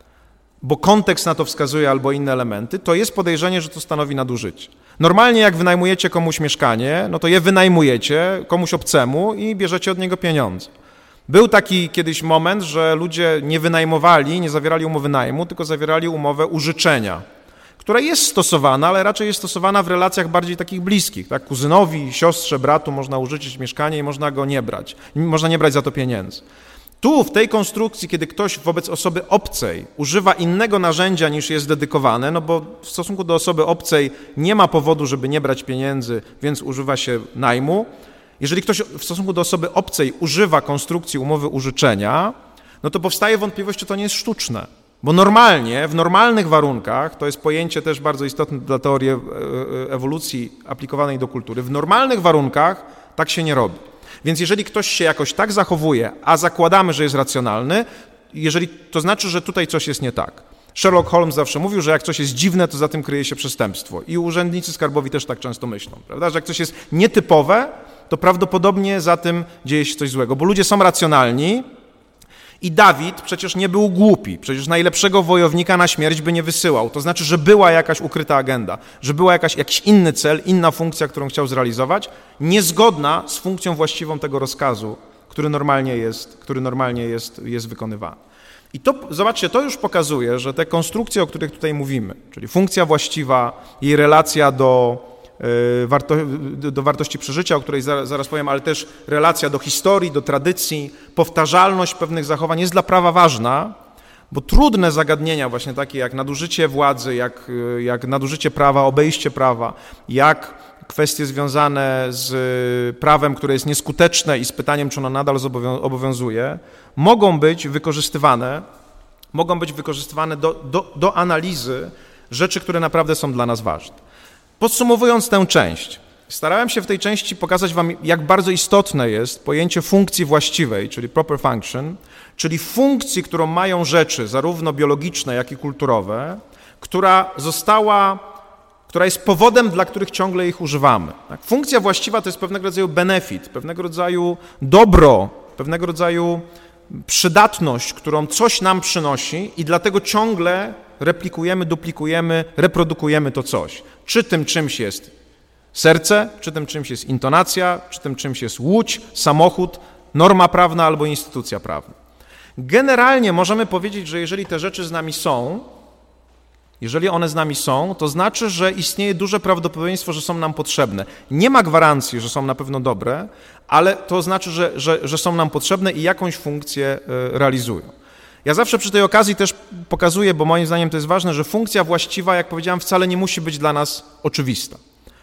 bo kontekst na to wskazuje albo inne elementy, to jest podejrzenie, że to stanowi nadużycie. Normalnie jak wynajmujecie komuś mieszkanie, no to je wynajmujecie komuś obcemu i bierzecie od niego pieniądze. Był taki kiedyś moment, że ludzie nie zawierali umowy najmu, tylko zawierali umowę użyczenia, która jest stosowana, ale raczej jest stosowana w relacjach bardziej takich bliskich. Tak? Kuzynowi, siostrze, bratu można użyczyć mieszkanie i można go nie brać. Można nie brać za to pieniędzy. Tu, w tej konstrukcji, kiedy ktoś wobec osoby obcej używa innego narzędzia niż jest dedykowane, no bo w stosunku do osoby obcej nie ma powodu, żeby nie brać pieniędzy, więc używa się najmu. Jeżeli ktoś w stosunku do osoby obcej używa konstrukcji umowy użyczenia, no to powstaje wątpliwość, czy to nie jest sztuczne. Bo normalnie, w normalnych warunkach, to jest pojęcie też bardzo istotne dla teorii ewolucji aplikowanej do kultury, w normalnych warunkach tak się nie robi. Więc jeżeli ktoś się jakoś tak zachowuje, a zakładamy, że jest racjonalny, to znaczy, że tutaj coś jest nie tak. Sherlock Holmes zawsze mówił, że jak coś jest dziwne, to za tym kryje się przestępstwo. I urzędnicy skarbowi też tak często myślą, prawda? Że jak coś jest nietypowe, to prawdopodobnie za tym dzieje się coś złego, bo ludzie są racjonalni i Dawid przecież nie był głupi, przecież najlepszego wojownika na śmierć by nie wysyłał. To znaczy, że była jakaś ukryta agenda, że była jakiś inny cel, inna funkcja, którą chciał zrealizować, niezgodna z funkcją właściwą tego rozkazu, który normalnie jest wykonywany. I to, zobaczcie, to już pokazuje, że te konstrukcje, o których tutaj mówimy, czyli funkcja właściwa, jej relacja do do wartości przeżycia, o której zaraz powiem, ale też relacja do historii, do tradycji, powtarzalność pewnych zachowań jest dla prawa ważna, bo trudne zagadnienia właśnie takie jak nadużycie władzy, jak nadużycie prawa, obejście prawa, jak kwestie związane z prawem, które jest nieskuteczne i z pytaniem, czy ono nadal obowiązuje, mogą być wykorzystywane do analizy rzeczy, które naprawdę są dla nas ważne. Podsumowując tę część, starałem się w tej części pokazać wam, jak bardzo istotne jest pojęcie funkcji właściwej, czyli proper function, czyli funkcji, którą mają rzeczy, zarówno biologiczne, jak i kulturowe, która jest powodem, dla których ciągle ich używamy. Tak? Funkcja właściwa to jest pewnego rodzaju benefit, pewnego rodzaju dobro, pewnego rodzaju przydatność, którą coś nam przynosi i dlatego ciągle replikujemy, duplikujemy, reprodukujemy to coś. Czy tym czymś jest serce, czy tym czymś jest intonacja, czy tym czymś jest łódź, samochód, norma prawna albo instytucja prawna. Generalnie możemy powiedzieć, że jeżeli te rzeczy z nami są, jeżeli one z nami są, to znaczy, że istnieje duże prawdopodobieństwo, że są nam potrzebne. Nie ma gwarancji, że są na pewno dobre, ale to znaczy, że są nam potrzebne i jakąś funkcję realizują. Ja zawsze przy tej okazji też pokazuję, bo moim zdaniem to jest ważne, że funkcja właściwa, jak powiedziałem, wcale nie musi być dla nas oczywista.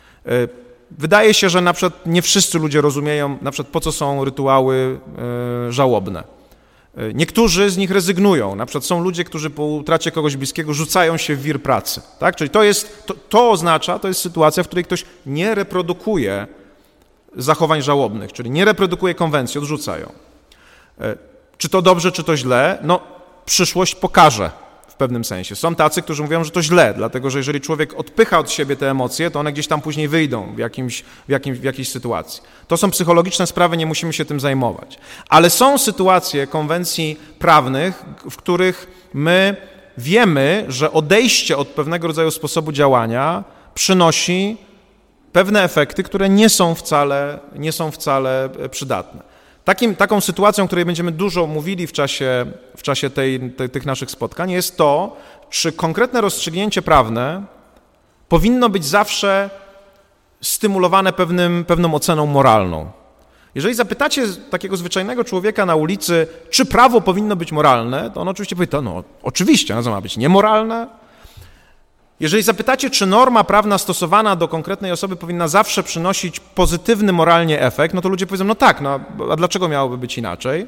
Wydaje się, że na przykład nie wszyscy ludzie rozumieją, na przykład po co są rytuały żałobne. Niektórzy z nich rezygnują. Na przykład są ludzie, którzy po utracie kogoś bliskiego rzucają się w wir pracy. Tak? Czyli to jest sytuacja, w której ktoś nie reprodukuje zachowań żałobnych, czyli nie reprodukuje konwencji, odrzucają. Czy to dobrze, czy to źle? No, przyszłość pokaże w pewnym sensie. Są tacy, którzy mówią, że to źle, dlatego że jeżeli człowiek odpycha od siebie te emocje, to one gdzieś tam później wyjdą w jakiejś sytuacji. To są psychologiczne sprawy, nie musimy się tym zajmować. Ale są sytuacje konwencji prawnych, w których my wiemy, że odejście od pewnego rodzaju sposobu działania przynosi pewne efekty, które nie są wcale przydatne. Taką sytuacją, o której będziemy dużo mówili w czasie tych naszych spotkań, jest to, czy konkretne rozstrzygnięcie prawne powinno być zawsze stymulowane pewną oceną moralną. Jeżeli zapytacie takiego zwyczajnego człowieka na ulicy, czy prawo powinno być moralne, to on oczywiście powie, oczywiście, ono ma być niemoralne. Jeżeli zapytacie, czy norma prawna stosowana do konkretnej osoby powinna zawsze przynosić pozytywny moralnie efekt, no to ludzie powiedzą, a dlaczego miałoby być inaczej?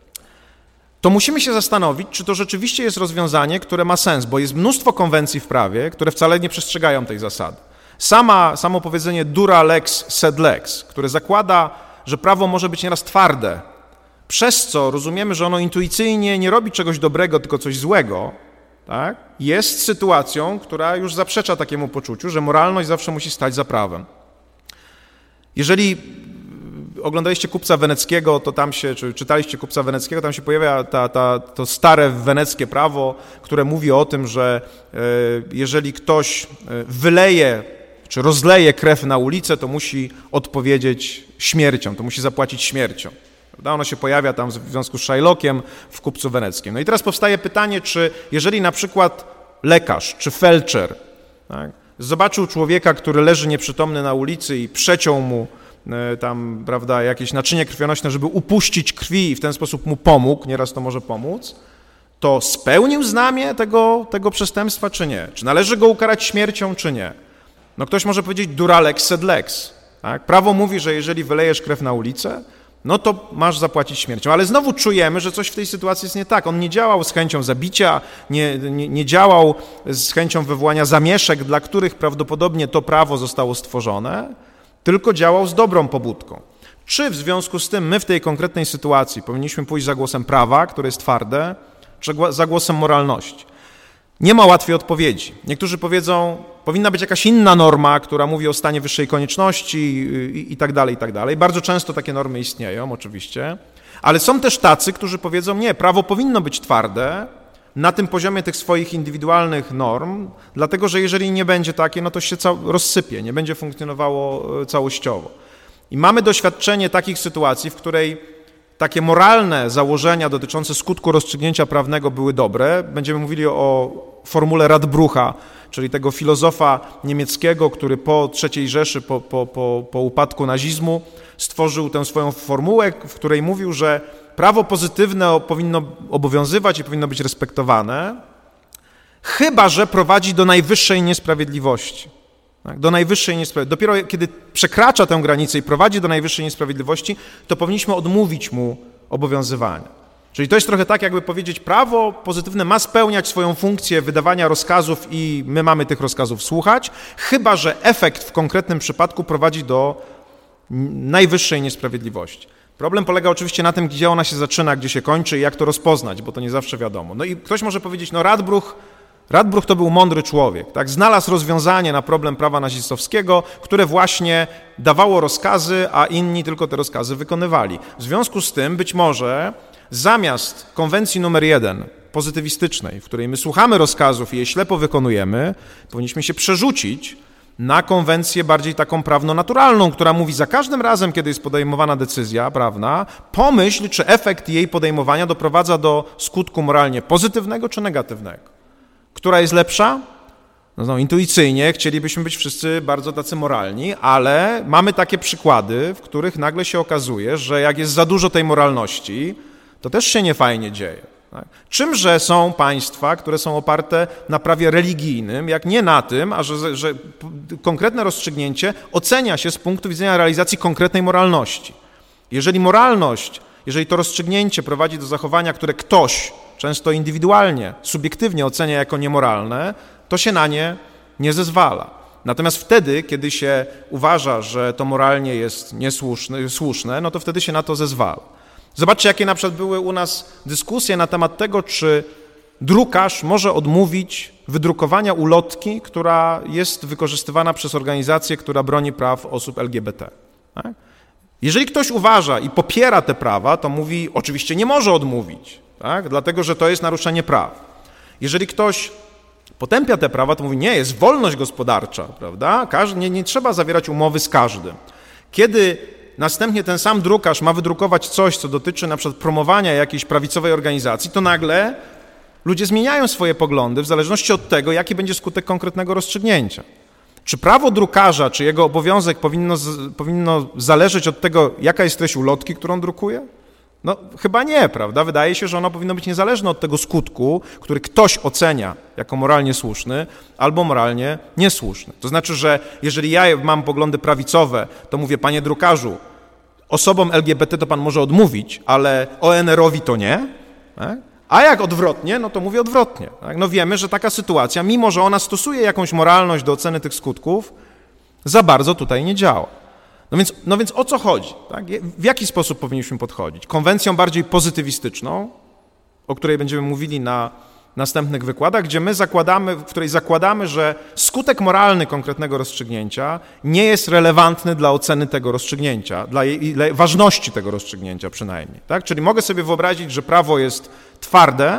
To musimy się zastanowić, czy to rzeczywiście jest rozwiązanie, które ma sens, bo jest mnóstwo konwencji w prawie, które wcale nie przestrzegają tej zasady. Samo powiedzenie dura lex sed lex, które zakłada, że prawo może być nieraz twarde, przez co rozumiemy, że ono intuicyjnie nie robi czegoś dobrego, tylko coś złego, tak? Jest sytuacją, która już zaprzecza takiemu poczuciu, że moralność zawsze musi stać za Jeżeli oglądaliście Kupca Weneckiego, to tam się, czy czytaliście Kupca Weneckiego, tam się pojawia to stare weneckie prawo, które mówi o tym, że jeżeli ktoś wyleje czy rozleje krew na ulicę, to musi odpowiedzieć śmiercią, to musi zapłacić śmiercią. Ono się pojawia tam w związku z Shylockiem w Kupcu Weneckim. No i teraz powstaje pytanie, czy jeżeli na przykład lekarz czy felczer zobaczył człowieka, który leży nieprzytomny na ulicy i przeciął mu tam, prawda, jakieś naczynie krwionośne, żeby upuścić krwi i w ten sposób mu pomógł, nieraz to może pomóc, to spełnił znamię tego przestępstwa, czy nie? Czy należy go ukarać śmiercią, czy nie? No ktoś może powiedzieć dura lex sed lex. Tak? Prawo mówi, że jeżeli wylejesz krew na ulicę, no to masz zapłacić śmiercią. Ale znowu czujemy, że coś w tej sytuacji jest nie tak. On nie działał z chęcią zabicia, nie działał z chęcią wywołania zamieszek, dla których prawdopodobnie to prawo zostało stworzone, tylko działał z dobrą pobudką. Czy w związku z tym my w tej konkretnej sytuacji powinniśmy pójść za głosem prawa, które jest twarde, czy za głosem moralności? Nie ma łatwej odpowiedzi. Niektórzy powiedzą, powinna być jakaś inna norma, która mówi o stanie wyższej konieczności i tak dalej, i tak dalej. Bardzo często takie normy istnieją, oczywiście, ale są też tacy, którzy powiedzą, nie, prawo powinno być twarde na tym poziomie tych swoich indywidualnych norm, dlatego że jeżeli nie będzie takie, no to się rozsypie, nie będzie funkcjonowało całościowo. I mamy doświadczenie takich sytuacji, w której takie moralne założenia dotyczące skutku rozstrzygnięcia prawnego były dobre. Będziemy mówili o formule Radbrucha, czyli tego filozofa niemieckiego, który po III Rzeszy, po upadku nazizmu stworzył tę swoją formułę, w której mówił, że prawo pozytywne powinno obowiązywać i powinno być respektowane, chyba że prowadzi do najwyższej niesprawiedliwości. Tak? Do najwyższej niesprawiedliwości. Dopiero kiedy przekracza tę granicę i prowadzi do najwyższej niesprawiedliwości, to powinniśmy odmówić mu obowiązywania. Czyli to jest trochę tak, jakby powiedzieć, prawo pozytywne ma spełniać swoją funkcję wydawania rozkazów i my mamy tych rozkazów słuchać, chyba że efekt w konkretnym przypadku prowadzi do najwyższej niesprawiedliwości. Problem polega oczywiście na tym, gdzie ona się zaczyna, gdzie się kończy i jak to rozpoznać, bo to nie zawsze wiadomo. No i ktoś może powiedzieć, no Radbruch to był mądry człowiek, tak? Znalazł rozwiązanie na problem prawa nazistowskiego, które właśnie dawało rozkazy, a inni tylko te rozkazy wykonywali. W związku z tym być może zamiast konwencji numer 1, pozytywistycznej, w której my słuchamy rozkazów i je ślepo wykonujemy, powinniśmy się przerzucić na konwencję bardziej taką prawno-naturalną, która mówi za każdym razem, kiedy jest podejmowana decyzja prawna, pomyśl, czy efekt jej podejmowania doprowadza do skutku moralnie pozytywnego czy negatywnego. Która jest lepsza? No, intuicyjnie chcielibyśmy być wszyscy bardzo tacy moralni, ale mamy takie przykłady, w których nagle się okazuje, że jak jest za dużo tej moralności, to też się niefajnie dzieje. Tak? Czymże są państwa, które są oparte na prawie religijnym, jak nie na tym, a że konkretne rozstrzygnięcie ocenia się z punktu widzenia realizacji konkretnej moralności. Jeżeli to rozstrzygnięcie prowadzi do zachowania, które ktoś, często indywidualnie, subiektywnie ocenia jako niemoralne, to się na nie nie zezwala. Natomiast wtedy, kiedy się uważa, że to moralnie jest słuszne, no to wtedy się na to zezwala. Zobaczcie, jakie na przykład były u nas dyskusje na temat tego, czy drukarz może odmówić wydrukowania ulotki, która jest wykorzystywana przez organizację, która broni praw osób LGBT. Tak? Jeżeli ktoś uważa i popiera te prawa, to mówi, oczywiście nie może odmówić, tak? Dlatego że to jest naruszenie praw. Jeżeli ktoś potępia te prawa, to mówi, nie, jest wolność gospodarcza, prawda? Nie trzeba zawierać umowy z każdym. Kiedy następnie ten sam drukarz ma wydrukować coś, co dotyczy na przykład promowania jakiejś prawicowej organizacji, to nagle ludzie zmieniają swoje poglądy w zależności od tego, jaki będzie skutek konkretnego rozstrzygnięcia. Czy prawo drukarza, czy jego obowiązek powinno zależeć od tego, jaka jest treść ulotki, którą drukuje? No chyba nie, prawda? Wydaje się, że ono powinno być niezależne od tego skutku, który ktoś ocenia jako moralnie słuszny albo moralnie niesłuszny. To znaczy, że jeżeli ja mam poglądy prawicowe, to mówię, panie drukarzu, osobom LGBT to pan może odmówić, ale ONR-owi to nie, tak? A jak odwrotnie, no to mówię odwrotnie. Tak? No wiemy, że taka sytuacja, mimo że ona stosuje jakąś moralność do oceny tych skutków, za bardzo tutaj nie działa. No więc o co chodzi? Tak? W jaki sposób powinniśmy podchodzić? Konwencją bardziej pozytywistyczną, o której będziemy mówili na następnych wykładach, w której zakładamy, że skutek moralny konkretnego rozstrzygnięcia nie jest relevantny dla oceny tego rozstrzygnięcia, dla ważności tego rozstrzygnięcia przynajmniej. Tak? Czyli mogę sobie wyobrazić, że prawo jest twarde,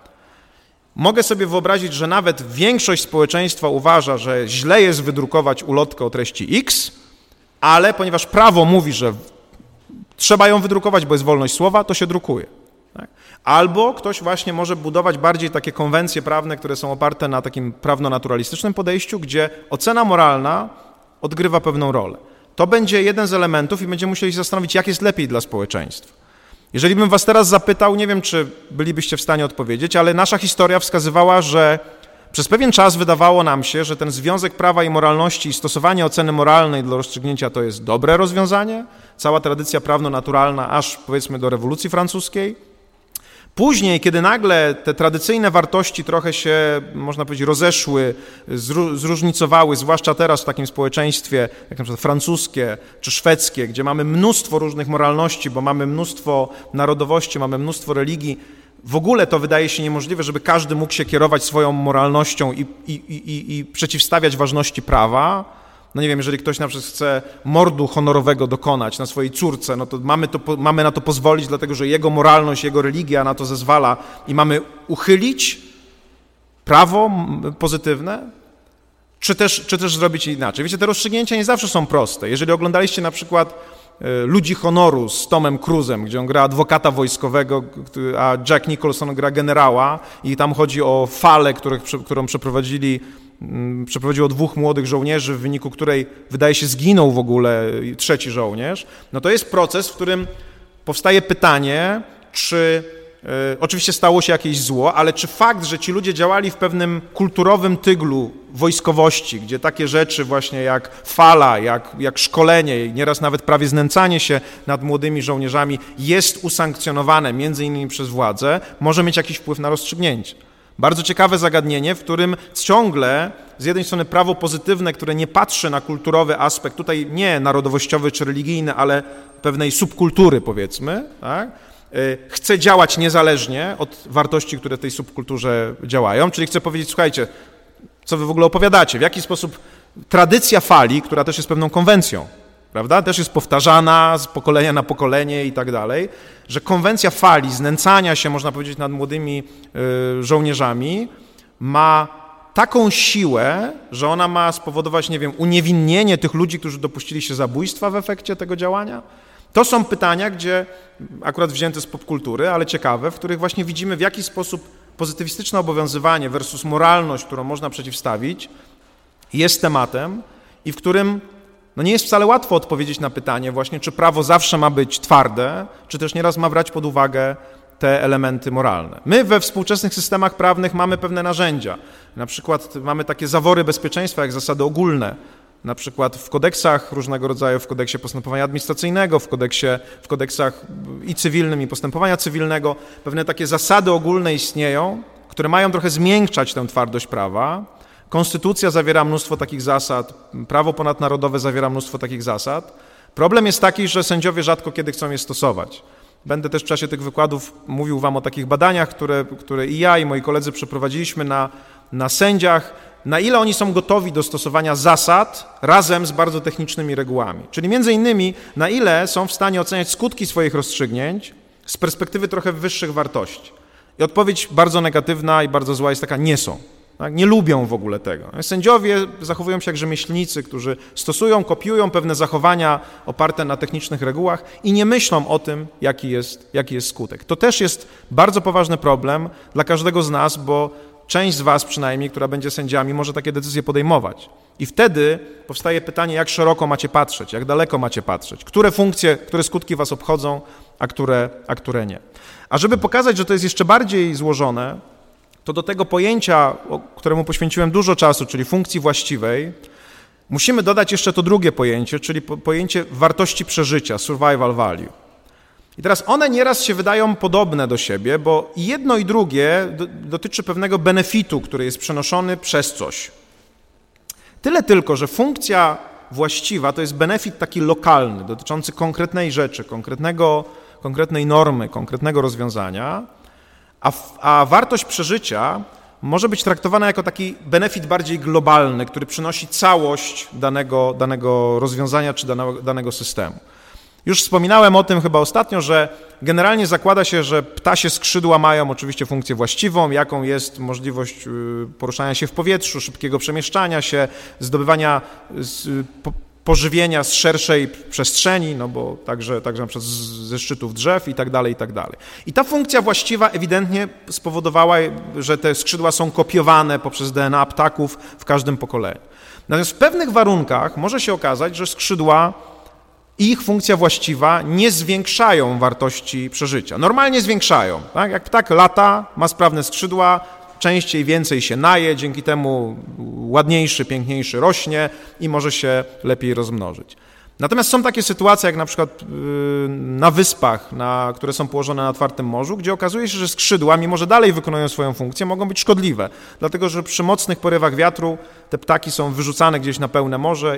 mogę sobie wyobrazić, że nawet większość społeczeństwa uważa, że źle jest wydrukować ulotkę o treści X, ale ponieważ prawo mówi, że trzeba ją wydrukować, bo jest wolność słowa, to się drukuje. Tak? Albo ktoś właśnie może budować bardziej takie konwencje prawne, które są oparte na takim prawno-naturalistycznym podejściu, gdzie ocena moralna odgrywa pewną rolę. To będzie jeden z elementów i będziemy musieli się zastanowić, jak jest lepiej dla społeczeństwa. Jeżeli bym was teraz zapytał, nie wiem, czy bylibyście w stanie odpowiedzieć, ale nasza historia wskazywała, że przez pewien czas wydawało nam się, że ten związek prawa i moralności i stosowanie oceny moralnej dla rozstrzygnięcia to jest dobre rozwiązanie. Cała tradycja prawno-naturalna aż powiedzmy do rewolucji francuskiej. Później, kiedy nagle te tradycyjne wartości trochę się, można powiedzieć, rozeszły, zróżnicowały, zwłaszcza teraz w takim społeczeństwie, jak na przykład francuskie czy szwedzkie, gdzie mamy mnóstwo różnych moralności, bo mamy mnóstwo narodowości, mamy mnóstwo religii, w ogóle to wydaje się niemożliwe, żeby każdy mógł się kierować swoją moralnością i przeciwstawiać ważności prawa. No nie wiem, jeżeli ktoś na przykład chce mordu honorowego dokonać na swojej córce, no to mamy na to pozwolić, dlatego że jego moralność, jego religia na to zezwala i mamy uchylić prawo pozytywne, czy też zrobić inaczej. Wiecie, te rozstrzygnięcia nie zawsze są proste. Jeżeli oglądaliście na przykład Ludzi honoru z Tomem Cruise'em, gdzie on gra adwokata wojskowego, a Jack Nicholson gra generała i tam chodzi o falę, którą przeprowadziło 2 młodych żołnierzy, w wyniku której, wydaje się, zginął w ogóle 3. żołnierz, no to jest proces, w którym powstaje pytanie, czy oczywiście stało się jakieś zło, ale czy fakt, że ci ludzie działali w pewnym kulturowym tyglu wojskowości, gdzie takie rzeczy właśnie jak fala, jak szkolenie, nieraz nawet prawie znęcanie się nad młodymi żołnierzami jest usankcjonowane między innymi przez władze, może mieć jakiś wpływ na rozstrzygnięcie. Bardzo ciekawe zagadnienie, w którym ciągle z jednej strony prawo pozytywne, które nie patrzy na kulturowy aspekt, tutaj nie narodowościowy czy religijny, ale pewnej subkultury, powiedzmy, tak? Chce działać niezależnie od wartości, które w tej subkulturze działają, czyli chce powiedzieć, słuchajcie, co wy w ogóle opowiadacie, w jaki sposób tradycja fali, która też jest pewną konwencją, prawda, też jest powtarzana z pokolenia na pokolenie i tak dalej, że konwencja fali, znęcania się, można powiedzieć, nad młodymi żołnierzami ma taką siłę, że ona ma spowodować, nie wiem, uniewinnienie tych ludzi, którzy dopuścili się zabójstwa w efekcie tego działania. To są pytania, gdzie akurat wzięte z popkultury, ale ciekawe, w których właśnie widzimy, w jaki sposób pozytywistyczne obowiązywanie versus moralność, którą można przeciwstawić, jest tematem i w którym nie jest wcale łatwo odpowiedzieć na pytanie właśnie, czy prawo zawsze ma być twarde, czy też nieraz ma brać pod uwagę te elementy moralne. My we współczesnych systemach prawnych mamy pewne narzędzia. Na przykład mamy takie zawory bezpieczeństwa, jak zasady ogólne. Na przykład w kodeksach różnego rodzaju, w kodeksie postępowania administracyjnego, w kodeksach i cywilnym, i postępowania cywilnego, pewne takie zasady ogólne istnieją, które mają trochę zmiękczać tę twardość prawa. Konstytucja zawiera mnóstwo takich zasad, prawo ponadnarodowe zawiera mnóstwo takich zasad. Problem jest taki, że sędziowie rzadko kiedy chcą je stosować. Będę też w czasie tych wykładów mówił wam o takich badaniach, które i ja, i moi koledzy przeprowadziliśmy na sędziach, na ile oni są gotowi do stosowania zasad razem z bardzo technicznymi regułami. Czyli między innymi, na ile są w stanie oceniać skutki swoich rozstrzygnięć z perspektywy trochę wyższych wartości. I odpowiedź bardzo negatywna i bardzo zła jest taka: nie są. Tak? Nie lubią w ogóle tego. Sędziowie zachowują się jak rzemieślnicy, którzy stosują, kopiują pewne zachowania oparte na technicznych regułach i nie myślą o tym, jaki jest skutek. To też jest bardzo poważny problem dla każdego z nas, bo część z was przynajmniej, która będzie sędziami, może takie decyzje podejmować. I wtedy powstaje pytanie, jak szeroko macie patrzeć, jak daleko macie patrzeć, które funkcje, które skutki was obchodzą, a które nie. A żeby pokazać, że to jest jeszcze bardziej złożone, to do tego pojęcia, któremu poświęciłem dużo czasu, czyli funkcji właściwej, musimy dodać jeszcze to drugie pojęcie, czyli pojęcie wartości przeżycia, survival value. I teraz one nieraz się wydają podobne do siebie, bo i jedno i drugie dotyczy pewnego benefitu, który jest przenoszony przez coś. Tyle tylko, że funkcja właściwa to jest benefit taki lokalny, dotyczący konkretnej rzeczy, konkretnej normy, konkretnego rozwiązania, a wartość przeżycia może być traktowana jako taki benefit bardziej globalny, który przynosi całość danego rozwiązania czy danego systemu. Już wspominałem o tym chyba ostatnio, że generalnie zakłada się, że ptasie skrzydła mają oczywiście funkcję właściwą, jaką jest możliwość poruszania się w powietrzu, szybkiego przemieszczania się, zdobywania pożywienia z szerszej przestrzeni, no bo także na przykład ze szczytów drzew i tak dalej, i tak dalej. I ta funkcja właściwa ewidentnie spowodowała, że te skrzydła są kopiowane poprzez DNA ptaków w każdym pokoleniu. Natomiast w pewnych warunkach może się okazać, że skrzydła i ich funkcja właściwa nie zwiększają wartości przeżycia. Normalnie zwiększają. Tak? Jak ptak lata, ma sprawne skrzydła, częściej, więcej się naje, dzięki temu ładniejszy, piękniejszy rośnie i może się lepiej rozmnożyć. Natomiast są takie sytuacje, jak na przykład na wyspach, które są położone na otwartym morzu, gdzie okazuje się, że skrzydła, mimo że dalej wykonują swoją funkcję, mogą być szkodliwe, dlatego że przy mocnych porywach wiatru te ptaki są wyrzucane gdzieś na pełne morze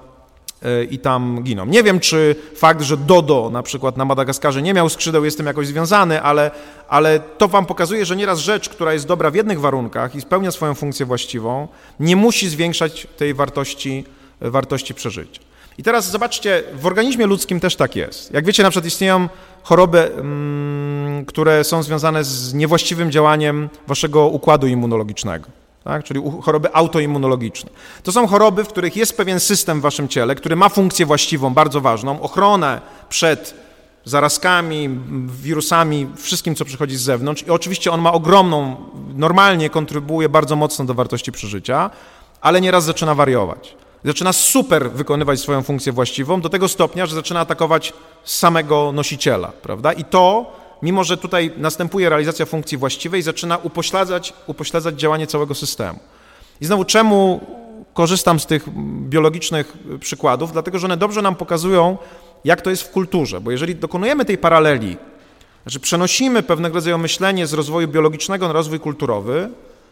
i tam giną. Nie wiem, czy fakt, że dodo na przykład na Madagaskarze nie miał skrzydeł, jest z tym jakoś związany, ale to wam pokazuje, że nieraz rzecz, która jest dobra w jednych warunkach i spełnia swoją funkcję właściwą, nie musi zwiększać tej wartości przeżycia. I teraz zobaczcie, w organizmie ludzkim też tak jest. Jak wiecie, na przykład istnieją choroby, które są związane z niewłaściwym działaniem waszego układu immunologicznego. tak? Czyli choroby autoimmunologiczne. To są choroby, w których jest pewien system w waszym ciele, który ma funkcję właściwą, bardzo ważną, ochronę przed zarazkami, wirusami, wszystkim, co przychodzi z zewnątrz i oczywiście on ma ogromną, normalnie kontrybuuje bardzo mocno do wartości przeżycia, ale nieraz zaczyna wariować. Zaczyna super wykonywać swoją funkcję właściwą do tego stopnia, że zaczyna atakować samego nosiciela, prawda? I to, mimo że tutaj następuje realizacja funkcji właściwej, zaczyna upośledzać działanie całego systemu. I znowu, czemu korzystam z tych biologicznych przykładów? Dlatego, że one dobrze nam pokazują, jak to jest w kulturze, bo jeżeli dokonujemy tej paraleli, znaczy przenosimy pewnego rodzaju myślenie z rozwoju biologicznego na rozwój kulturowy,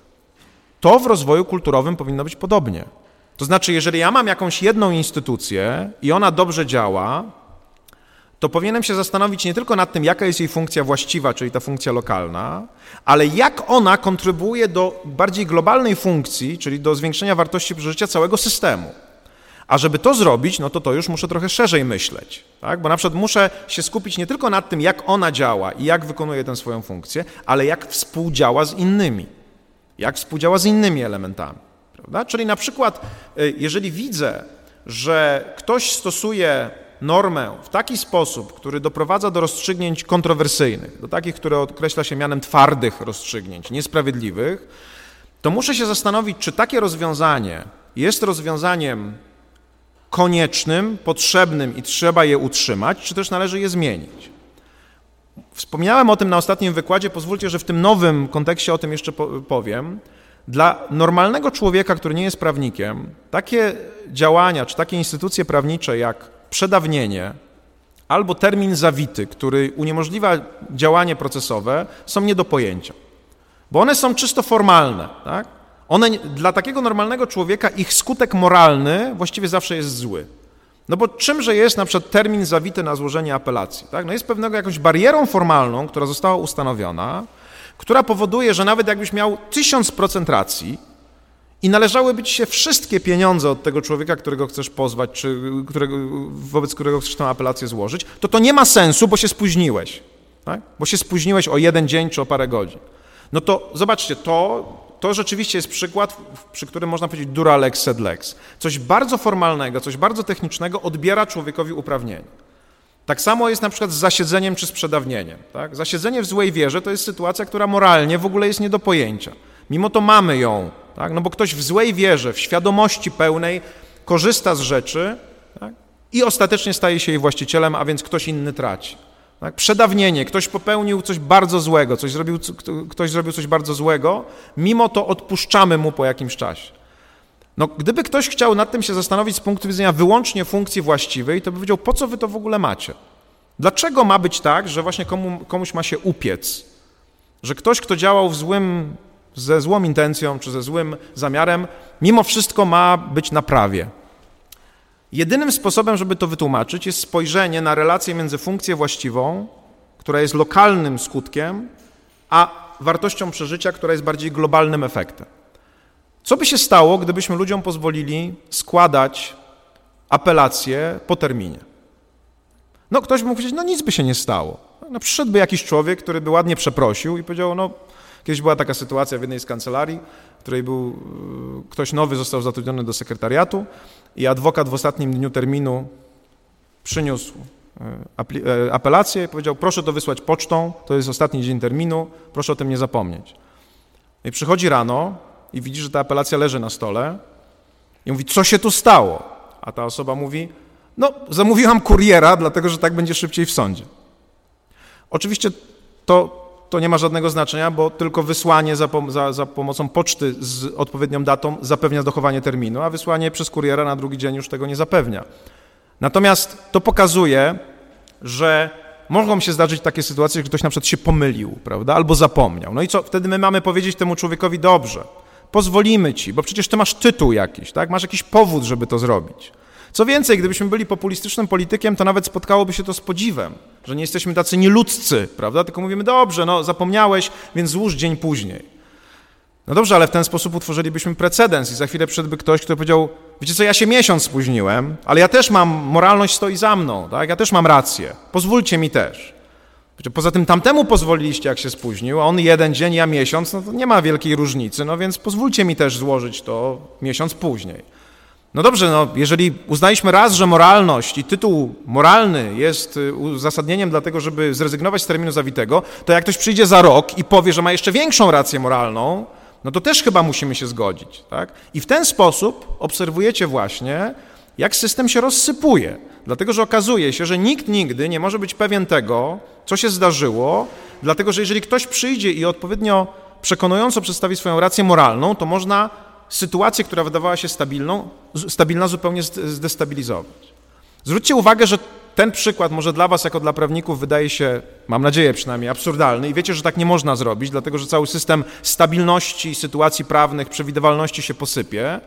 to w rozwoju kulturowym powinno być podobnie. To znaczy, jeżeli ja mam jakąś jedną instytucję i ona dobrze działa, to powinienem się zastanowić nie tylko nad tym, jaka jest jej funkcja właściwa, czyli ta funkcja lokalna, ale jak ona kontrybuuje do bardziej globalnej funkcji, czyli do zwiększenia wartości przeżycia całego systemu. A żeby to zrobić, no to już muszę trochę szerzej myśleć, tak? Bo na przykład muszę się skupić nie tylko nad tym, jak ona działa i jak wykonuje tę swoją funkcję, ale jak współdziała z innymi, jak współdziała z innymi elementami, prawda? Czyli na przykład, jeżeli widzę, że ktoś stosuje normę w taki sposób, który doprowadza do rozstrzygnięć kontrowersyjnych, do takich, które określa się mianem twardych rozstrzygnięć, niesprawiedliwych, to muszę się zastanowić, czy takie rozwiązanie jest rozwiązaniem koniecznym, potrzebnym i trzeba je utrzymać, czy też należy je zmienić. Wspomniałem o tym na ostatnim wykładzie, pozwólcie, że w tym nowym kontekście o tym jeszcze powiem. Dla normalnego człowieka, który nie jest prawnikiem, takie działania, czy takie instytucje prawnicze jak przedawnienie albo termin zawity, który uniemożliwia działanie procesowe, są nie do pojęcia, bo one są czysto formalne, tak? Dla takiego normalnego człowieka ich skutek moralny właściwie zawsze jest zły. No bo czymże jest na przykład termin zawity na złożenie apelacji? Tak? No jest pewnego jakąś barierą formalną, która została ustanowiona, która powoduje, że nawet jakbyś miał 1000% racji i należałyby ci się wszystkie pieniądze od tego człowieka, którego chcesz pozwać, czy wobec którego chcesz tę apelację złożyć, to nie ma sensu, bo się spóźniłeś. Tak? Bo się spóźniłeś o 1 dzień czy o parę godzin. No to zobaczcie, to rzeczywiście jest przykład, przy którym można powiedzieć dura lex sed lex. Coś bardzo formalnego, coś bardzo technicznego odbiera człowiekowi uprawnienie. Tak samo jest na przykład z zasiedzeniem czy z przedawnieniem. Tak? Zasiedzenie w złej wierze to jest sytuacja, która moralnie w ogóle jest nie do pojęcia. Mimo to mamy ją, tak? No bo ktoś w złej wierze, w świadomości pełnej korzysta z rzeczy, tak? I ostatecznie staje się jej właścicielem, a więc ktoś inny traci. Tak? Przedawnienie, ktoś popełnił coś bardzo złego, ktoś zrobił coś bardzo złego, mimo to odpuszczamy mu po jakimś czasie. No, gdyby ktoś chciał nad tym się zastanowić z punktu widzenia wyłącznie funkcji właściwej, to by powiedział, po co wy to w ogóle macie? Dlaczego ma być tak, że właśnie komuś ma się upiec? Że ktoś, kto działał ze złą intencją czy ze złym zamiarem, mimo wszystko ma być na prawie. Jedynym sposobem, żeby to wytłumaczyć, jest spojrzenie na relację między funkcją właściwą, która jest lokalnym skutkiem, a wartością przeżycia, która jest bardziej globalnym efektem. Co by się stało, gdybyśmy ludziom pozwolili składać apelacje po terminie? No ktoś by mógł powiedzieć, no nic by się nie stało. No przyszedłby jakiś człowiek, który by ładnie przeprosił i powiedział, no kiedyś była taka sytuacja w jednej z kancelarii, w której ktoś nowy został zatrudniony do sekretariatu i adwokat w ostatnim dniu terminu przyniósł apelację i powiedział, proszę to wysłać pocztą, to jest ostatni dzień terminu, proszę o tym nie zapomnieć. I przychodzi rano i widzi, że ta apelacja leży na stole i mówi, co się tu stało? A ta osoba mówi, no zamówiłam kuriera, dlatego że tak będzie szybciej w sądzie. Oczywiście to nie ma żadnego znaczenia, bo tylko wysłanie za pomocą poczty z odpowiednią datą zapewnia dochowanie terminu, a wysłanie przez kuriera na drugi dzień już tego nie zapewnia. Natomiast to pokazuje, że mogą się zdarzyć takie sytuacje, że ktoś na przykład się pomylił, prawda, albo zapomniał. No i co? Wtedy my mamy powiedzieć temu człowiekowi, dobrze, pozwolimy ci, bo przecież ty masz tytuł jakiś, tak? Masz jakiś powód, żeby to zrobić. Co więcej, gdybyśmy byli populistycznym politykiem, to nawet spotkałoby się to z podziwem, że nie jesteśmy tacy nieludzcy, prawda? Tylko mówimy, dobrze, no zapomniałeś, więc złóż dzień później. No dobrze, ale w ten sposób utworzylibyśmy precedens i za chwilę przyszedłby ktoś, kto powiedział, wiecie co, ja się miesiąc spóźniłem, ale ja też mam, moralność stoi za mną, tak? Ja też mam rację, pozwólcie mi też. Poza tym tamtemu pozwoliliście, jak się spóźnił, a on 1 dzień, ja miesiąc, no to nie ma wielkiej różnicy, no więc pozwólcie mi też złożyć to miesiąc później. No dobrze, no jeżeli uznaliśmy raz, że moralność i tytuł moralny jest uzasadnieniem dlatego, żeby zrezygnować z terminu zawitego, to jak ktoś przyjdzie za rok i powie, że ma jeszcze większą rację moralną, no to też chyba musimy się zgodzić, tak? I w ten sposób obserwujecie właśnie, jak system się rozsypuje, dlatego że okazuje się, że nikt nigdy nie może być pewien tego, co się zdarzyło, dlatego że jeżeli ktoś przyjdzie i odpowiednio przekonująco przedstawi swoją rację moralną, to można sytuację, która wydawała się stabilna, zupełnie zdestabilizować. Zwróćcie uwagę, że ten przykład może dla was, jako dla prawników, wydaje się, mam nadzieję przynajmniej, absurdalny i wiecie, że tak nie można zrobić, dlatego że cały system stabilności sytuacji prawnych, przewidywalności się posypie.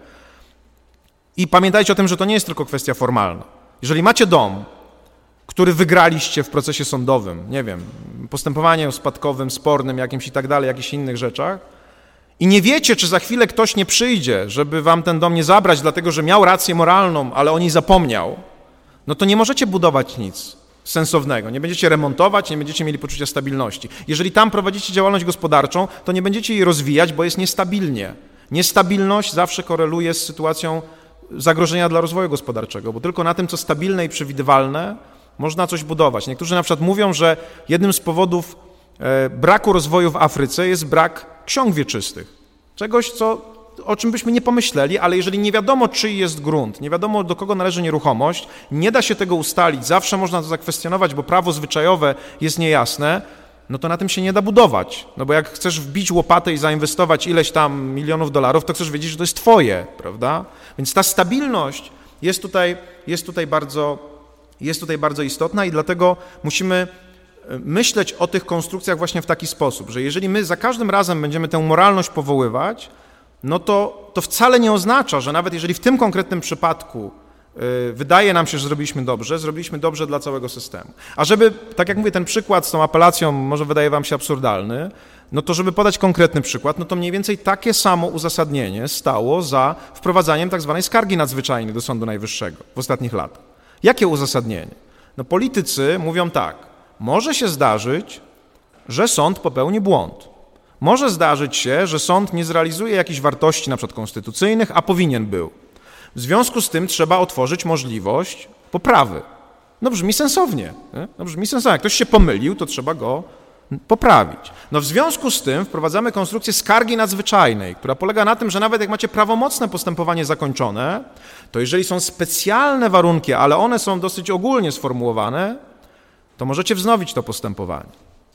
I pamiętajcie o tym, że to nie jest tylko kwestia formalna. Jeżeli macie dom, który wygraliście w procesie sądowym, nie wiem, postępowaniem spadkowym, spornym jakimś i tak dalej, jakichś innych rzeczach, i nie wiecie, czy za chwilę ktoś nie przyjdzie, żeby wam ten dom nie zabrać, dlatego że miał rację moralną, ale o niej zapomniał, no to nie możecie budować nic sensownego. Nie będziecie remontować, nie będziecie mieli poczucia stabilności. Jeżeli tam prowadzicie działalność gospodarczą, to nie będziecie jej rozwijać, bo jest niestabilnie. Niestabilność zawsze koreluje z sytuacją zagrożenia dla rozwoju gospodarczego, bo tylko na tym, co stabilne i przewidywalne, można coś budować. Niektórzy na przykład mówią, że jednym z powodów braku rozwoju w Afryce jest brak ksiąg wieczystych. Czegoś, o czym byśmy nie pomyśleli, ale jeżeli nie wiadomo, czyj jest grunt, nie wiadomo, do kogo należy nieruchomość, nie da się tego ustalić, zawsze można to zakwestionować, bo prawo zwyczajowe jest niejasne, no to na tym się nie da budować. No bo jak chcesz wbić łopatę i zainwestować ileś tam milionów dolarów, to chcesz wiedzieć, że to jest twoje, prawda? Więc ta stabilność jest tutaj bardzo istotna i dlatego musimy myśleć o tych konstrukcjach właśnie w taki sposób, że jeżeli my za każdym razem będziemy tę moralność powoływać, no to wcale nie oznacza, że nawet jeżeli w tym konkretnym przypadku wydaje nam się, że zrobiliśmy dobrze dla całego systemu. A żeby, tak jak mówię, ten przykład z tą apelacją może wydaje wam się absurdalny, no to żeby podać konkretny przykład, no to mniej więcej takie samo uzasadnienie stało za wprowadzaniem tak zwanej skargi nadzwyczajnej do Sądu Najwyższego w ostatnich latach. Jakie uzasadnienie? No politycy mówią tak, może się zdarzyć, że sąd popełni błąd. Może zdarzyć się, że sąd nie zrealizuje jakichś wartości na przykład konstytucyjnych, a powinien był. W związku z tym trzeba otworzyć możliwość poprawy. No brzmi sensownie. Nie? No brzmi sensownie. Jak ktoś się pomylił, to trzeba go poprawić. No w związku z tym wprowadzamy konstrukcję skargi nadzwyczajnej, która polega na tym, że nawet jak macie prawomocne postępowanie zakończone, to jeżeli są specjalne warunki, ale one są dosyć ogólnie sformułowane, to możecie wznowić to postępowanie.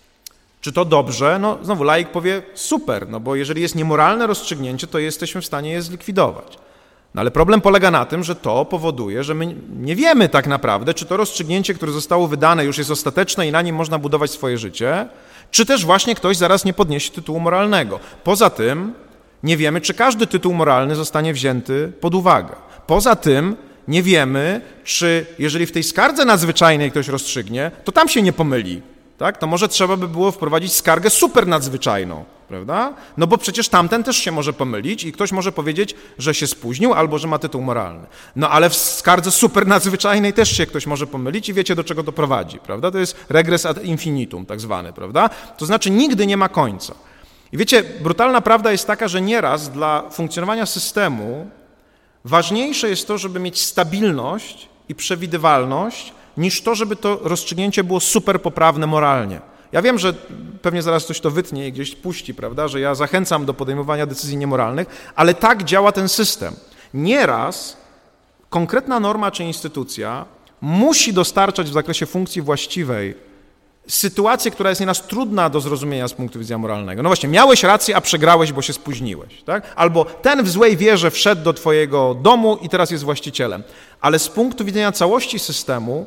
Czy to dobrze? No znowu laik powie super, no bo jeżeli jest niemoralne rozstrzygnięcie, to jesteśmy w stanie je zlikwidować. No ale problem polega na tym, że to powoduje, że my nie wiemy tak naprawdę, czy to rozstrzygnięcie, które zostało wydane, już jest ostateczne i na nim można budować swoje życie, czy też właśnie ktoś zaraz nie podniesie tytułu moralnego. Poza tym nie wiemy, czy każdy tytuł moralny zostanie wzięty pod uwagę. Poza tym nie wiemy, czy jeżeli w tej skardze nadzwyczajnej ktoś rozstrzygnie, to tam się nie pomyli. Tak? To może trzeba by było wprowadzić skargę super nadzwyczajną, prawda? No bo przecież tamten też się może pomylić i ktoś może powiedzieć, że się spóźnił albo że ma tytuł moralny. No ale w skardze super nadzwyczajnej też się ktoś może pomylić i wiecie, do czego to prowadzi, prawda? To jest regres ad infinitum tak zwany, prawda? To znaczy nigdy nie ma końca. I wiecie, brutalna prawda jest taka, że nieraz dla funkcjonowania systemu ważniejsze jest to, żeby mieć stabilność i przewidywalność, niż to, żeby to rozstrzygnięcie było super poprawne moralnie. Ja wiem, że pewnie zaraz ktoś to wytnie i gdzieś puści, prawda, że ja zachęcam do podejmowania decyzji niemoralnych, ale tak działa ten system. Nieraz konkretna norma czy instytucja musi dostarczać w zakresie funkcji właściwej sytuację, która jest nieraz trudna do zrozumienia z punktu widzenia moralnego. No właśnie, miałeś rację, a przegrałeś, bo się spóźniłeś, tak? Albo ten w złej wierze wszedł do twojego domu i teraz jest właścicielem. Ale z punktu widzenia całości systemu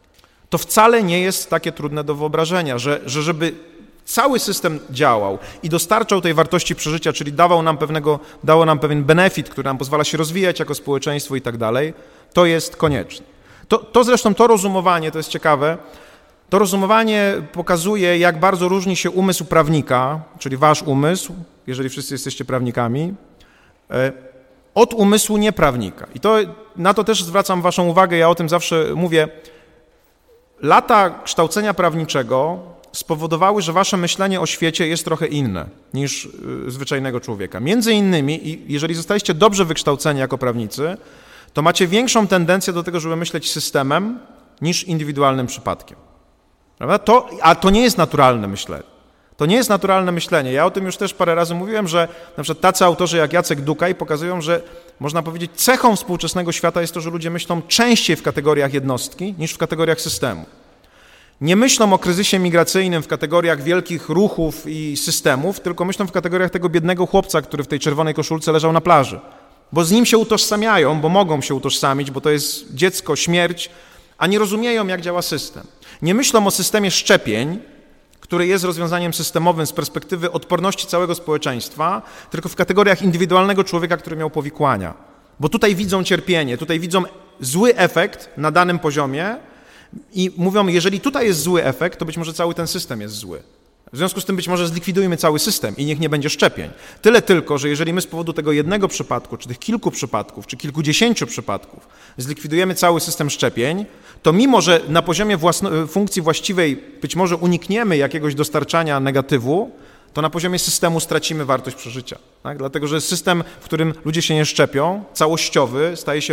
to wcale nie jest takie trudne do wyobrażenia, że żeby cały system działał i dostarczał tej wartości przeżycia, czyli dało nam pewien benefit, który nam pozwala się rozwijać jako społeczeństwo i tak dalej, to jest konieczne. Zresztą to rozumowanie, to jest ciekawe, to rozumowanie pokazuje, jak bardzo różni się umysł prawnika, czyli wasz umysł, jeżeli wszyscy jesteście prawnikami, od umysłu nieprawnika. I na to też zwracam waszą uwagę, ja o tym zawsze mówię. Lata kształcenia prawniczego spowodowały, że wasze myślenie o świecie jest trochę inne niż zwyczajnego człowieka. Między innymi, jeżeli zostaliście dobrze wykształceni jako prawnicy, to macie większą tendencję do tego, żeby myśleć systemem niż indywidualnym przypadkiem. Prawda? To nie jest naturalne myślenie. To nie jest naturalne myślenie. Ja o tym już też parę razy mówiłem, że na przykład tacy autorzy jak Jacek Dukaj pokazują, że można powiedzieć cechą współczesnego świata jest to, że ludzie myślą częściej w kategoriach jednostki niż w kategoriach systemu. Nie myślą o kryzysie migracyjnym w kategoriach wielkich ruchów i systemów, tylko myślą w kategoriach tego biednego chłopca, który w tej czerwonej koszulce leżał na plaży. Bo z nim się utożsamiają, bo mogą się utożsamić, bo to jest dziecko, śmierć, a nie rozumieją, jak działa system. Nie myślą o systemie szczepień, który jest rozwiązaniem systemowym z perspektywy odporności całego społeczeństwa, tylko w kategoriach indywidualnego człowieka, który miał powikłania. Bo tutaj widzą cierpienie, tutaj widzą zły efekt na danym poziomie i mówią, jeżeli tutaj jest zły efekt, to być może cały ten system jest zły. W związku z tym być może zlikwidujmy cały system i niech nie będzie szczepień. Tyle tylko, że jeżeli my z powodu tego jednego przypadku, czy tych kilku przypadków, czy kilkudziesięciu przypadków zlikwidujemy cały system szczepień, to mimo, że na poziomie funkcji właściwej być może unikniemy jakiegoś dostarczania negatywu, to na poziomie systemu stracimy wartość przeżycia. Tak? Dlatego, że system, w którym ludzie się nie szczepią, całościowy, staje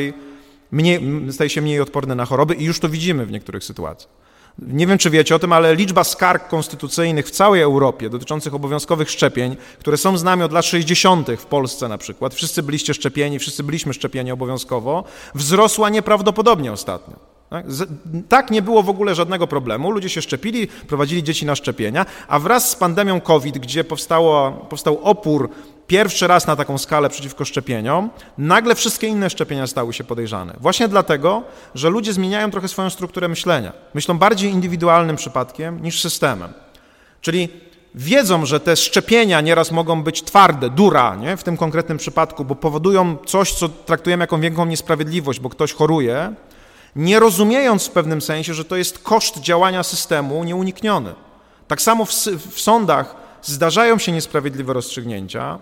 się mniej odporny na choroby i już to widzimy w niektórych sytuacjach. Nie wiem, czy wiecie o tym, ale liczba skarg konstytucyjnych w całej Europie dotyczących obowiązkowych szczepień, które są z nami od lat 60. w Polsce na przykład, wszyscy byliście szczepieni, wszyscy byliśmy szczepieni obowiązkowo, wzrosła nieprawdopodobnie ostatnio. Tak, nie było w ogóle żadnego problemu, ludzie się szczepili, prowadzili dzieci na szczepienia, a wraz z pandemią COVID, gdzie powstał opór pierwszy raz na taką skalę przeciwko szczepieniom, nagle wszystkie inne szczepienia stały się podejrzane. Właśnie dlatego, że ludzie zmieniają trochę swoją strukturę myślenia. Myślą bardziej indywidualnym przypadkiem niż systemem. Czyli wiedzą, że te szczepienia nieraz mogą być twarde, dura, nie? W tym konkretnym przypadku, bo powodują coś, co traktujemy jako wielką niesprawiedliwość, bo ktoś choruje, nie rozumiejąc w pewnym sensie, że to jest koszt działania systemu nieunikniony. Tak samo w sądach zdarzają się niesprawiedliwe rozstrzygnięcia,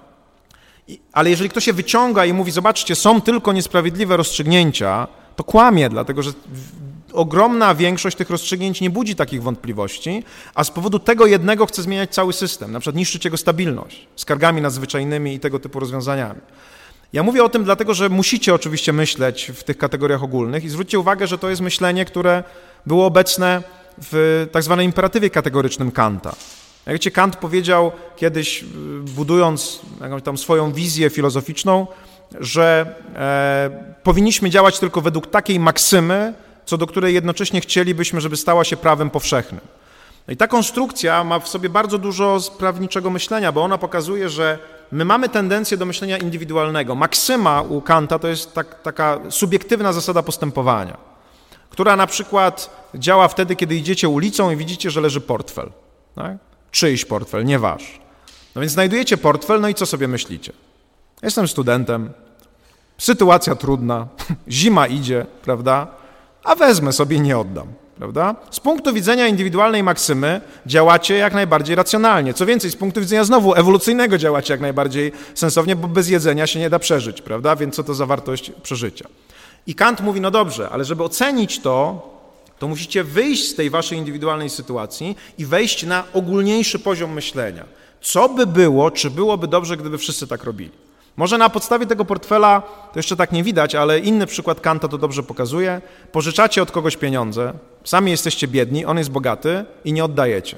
ale jeżeli ktoś się wyciąga i mówi, zobaczcie, są tylko niesprawiedliwe rozstrzygnięcia, to kłamie, dlatego że ogromna większość tych rozstrzygnięć nie budzi takich wątpliwości, a z powodu tego jednego chce zmieniać cały system, na przykład niszczyć jego stabilność skargami nadzwyczajnymi i tego typu rozwiązaniami. Ja mówię o tym dlatego, że musicie oczywiście myśleć w tych kategoriach ogólnych i zwróćcie uwagę, że to jest myślenie, które było obecne w tak zwanym imperatywie kategorycznym Kanta. Jak wiecie, Kant powiedział kiedyś, budując jakąś tam swoją wizję filozoficzną, że powinniśmy działać tylko według takiej maksymy, co do której jednocześnie chcielibyśmy, żeby stała się prawem powszechnym. No i ta konstrukcja ma w sobie bardzo dużo prawniczego myślenia, bo ona pokazuje, że my mamy tendencję do myślenia indywidualnego. Maksyma u Kanta to jest taka subiektywna zasada postępowania, która na przykład działa wtedy, kiedy idziecie ulicą i widzicie, że leży portfel. Tak? Czyjś portfel, nie wasz. No więc znajdujecie portfel, no i co sobie myślicie? Jestem studentem, sytuacja trudna, zima idzie, prawda? A wezmę sobie, nie oddam, prawda? Z punktu widzenia indywidualnej maksymy działacie jak najbardziej racjonalnie. Co więcej, z punktu widzenia znowu ewolucyjnego działacie jak najbardziej sensownie, bo bez jedzenia się nie da przeżyć, prawda? Więc co to za wartość przeżycia? I Kant mówi, no dobrze, ale żeby ocenić to musicie wyjść z tej waszej indywidualnej sytuacji i wejść na ogólniejszy poziom myślenia. Co by było, czy byłoby dobrze, gdyby wszyscy tak robili? Może na podstawie tego portfela, to jeszcze tak nie widać, ale inny przykład Kanta to dobrze pokazuje. Pożyczacie od kogoś pieniądze, sami jesteście biedni, on jest bogaty i nie oddajecie.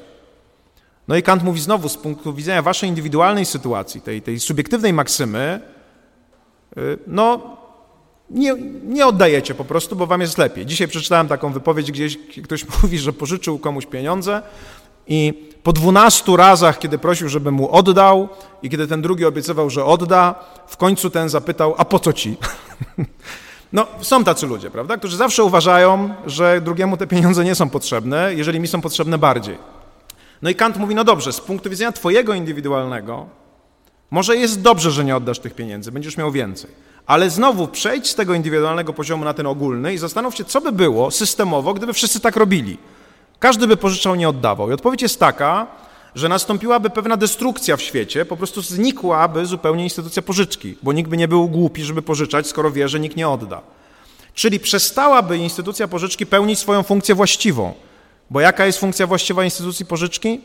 No i Kant mówi znowu, z punktu widzenia waszej indywidualnej sytuacji, tej subiektywnej maksymy, nie oddajecie po prostu, bo wam jest lepiej. Dzisiaj przeczytałem taką wypowiedź, gdzieś ktoś mówi, że pożyczył komuś pieniądze i po 12 razach, kiedy prosił, żeby mu oddał i kiedy ten drugi obiecywał, że odda, w końcu ten zapytał, a po co ci? No, są tacy ludzie, prawda, którzy zawsze uważają, że drugiemu te pieniądze nie są potrzebne, jeżeli mi są potrzebne bardziej. No i Kant mówi, no dobrze, z punktu widzenia twojego indywidualnego, może jest dobrze, że nie oddasz tych pieniędzy, będziesz miał więcej. Ale znowu przejdź z tego indywidualnego poziomu na ten ogólny i zastanów się, co by było systemowo, gdyby wszyscy tak robili. Każdy by pożyczał, nie oddawał. I odpowiedź jest taka, że nastąpiłaby pewna destrukcja w świecie, po prostu znikłaby zupełnie instytucja pożyczki, bo nikt by nie był głupi, żeby pożyczać, skoro wie, że nikt nie odda. Czyli przestałaby instytucja pożyczki pełnić swoją funkcję właściwą. Bo jaka jest funkcja właściwa instytucji pożyczki?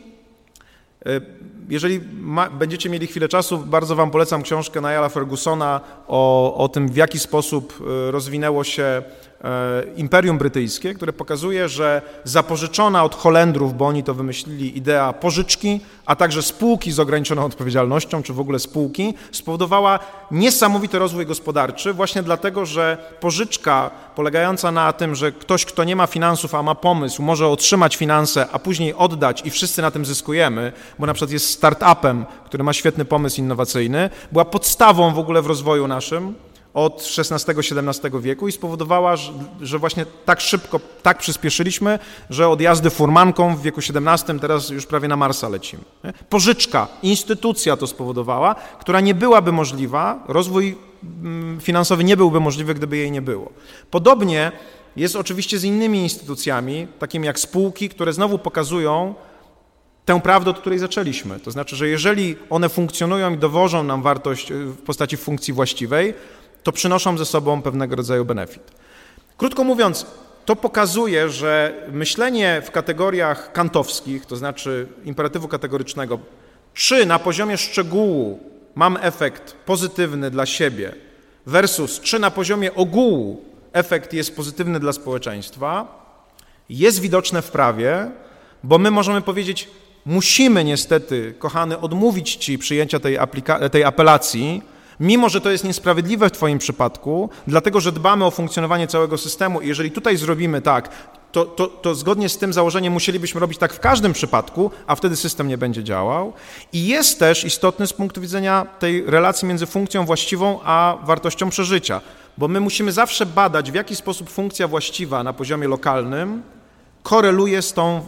Jeżeli będziecie mieli chwilę czasu, bardzo wam polecam książkę Nialla Fergusona o tym, w jaki sposób rozwinęło się Imperium Brytyjskie, które pokazuje, że zapożyczona od Holendrów, bo oni to wymyślili, idea pożyczki, a także spółki z ograniczoną odpowiedzialnością, czy w ogóle spółki, spowodowała niesamowity rozwój gospodarczy, właśnie dlatego, że pożyczka polegająca na tym, że ktoś, kto nie ma finansów, a ma pomysł, może otrzymać finanse, a później oddać i wszyscy na tym zyskujemy, bo na przykład jest startupem, który ma świetny pomysł innowacyjny, była podstawą w ogóle w rozwoju naszym od XVI-XVII wieku i spowodowała, że właśnie tak szybko, tak przyspieszyliśmy, że od jazdy furmanką w wieku XVII teraz już prawie na Marsa lecimy. Pożyczka, instytucja to spowodowała, która nie byłaby możliwa, rozwój finansowy nie byłby możliwy, gdyby jej nie było. Podobnie jest oczywiście z innymi instytucjami, takimi jak spółki, które znowu pokazują tę prawdę, od której zaczęliśmy. To znaczy, że jeżeli one funkcjonują i dowożą nam wartość w postaci funkcji właściwej, to przynoszą ze sobą pewnego rodzaju benefit. Krótko mówiąc, to pokazuje, że myślenie w kategoriach kantowskich, to znaczy imperatywu kategorycznego, czy na poziomie szczegółu mam efekt pozytywny dla siebie versus czy na poziomie ogółu efekt jest pozytywny dla społeczeństwa, jest widoczne w prawie, bo my możemy powiedzieć, musimy niestety, kochany, odmówić ci przyjęcia tej apelacji, mimo że to jest niesprawiedliwe w twoim przypadku, dlatego że dbamy o funkcjonowanie całego systemu i jeżeli tutaj zrobimy tak, to zgodnie z tym założeniem musielibyśmy robić tak w każdym przypadku, a wtedy system nie będzie działał. I jest też istotny z punktu widzenia tej relacji między funkcją właściwą a wartością przeżycia, bo my musimy zawsze badać, w jaki sposób funkcja właściwa na poziomie lokalnym koreluje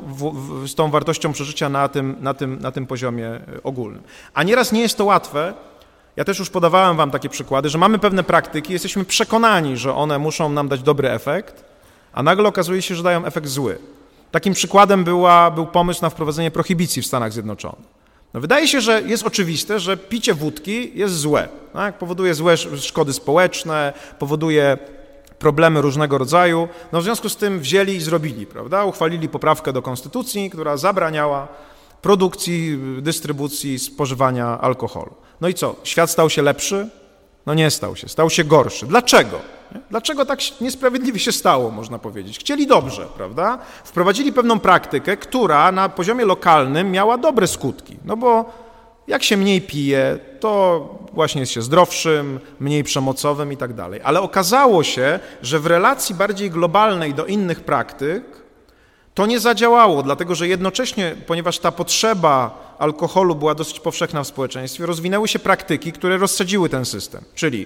z tą wartością przeżycia na tym poziomie ogólnym. A nieraz nie jest to łatwe. Ja też już podawałem wam takie przykłady, że mamy pewne praktyki, jesteśmy przekonani, że one muszą nam dać dobry efekt, a nagle okazuje się, że dają efekt zły. Takim przykładem był pomysł na wprowadzenie prohibicji w Stanach Zjednoczonych. No wydaje się, że jest oczywiste, że picie wódki jest złe. Tak? Powoduje złe szkody społeczne, powoduje problemy różnego rodzaju. No w związku z tym wzięli i zrobili, prawda? Uchwalili poprawkę do konstytucji, która zabraniała produkcji, dystrybucji, spożywania alkoholu. No i co? Świat stał się lepszy? No nie stał się. Stał się gorszy. Dlaczego? Dlaczego tak niesprawiedliwie się stało, można powiedzieć? Chcieli dobrze, prawda? Wprowadzili pewną praktykę, która na poziomie lokalnym miała dobre skutki. No bo jak się mniej pije, to właśnie jest się zdrowszym, mniej przemocowym i tak dalej. Ale okazało się, że w relacji bardziej globalnej do innych praktyk to nie zadziałało, dlatego że jednocześnie, ponieważ ta potrzeba alkoholu była dosyć powszechna w społeczeństwie, rozwinęły się praktyki, które rozsadziły ten system, czyli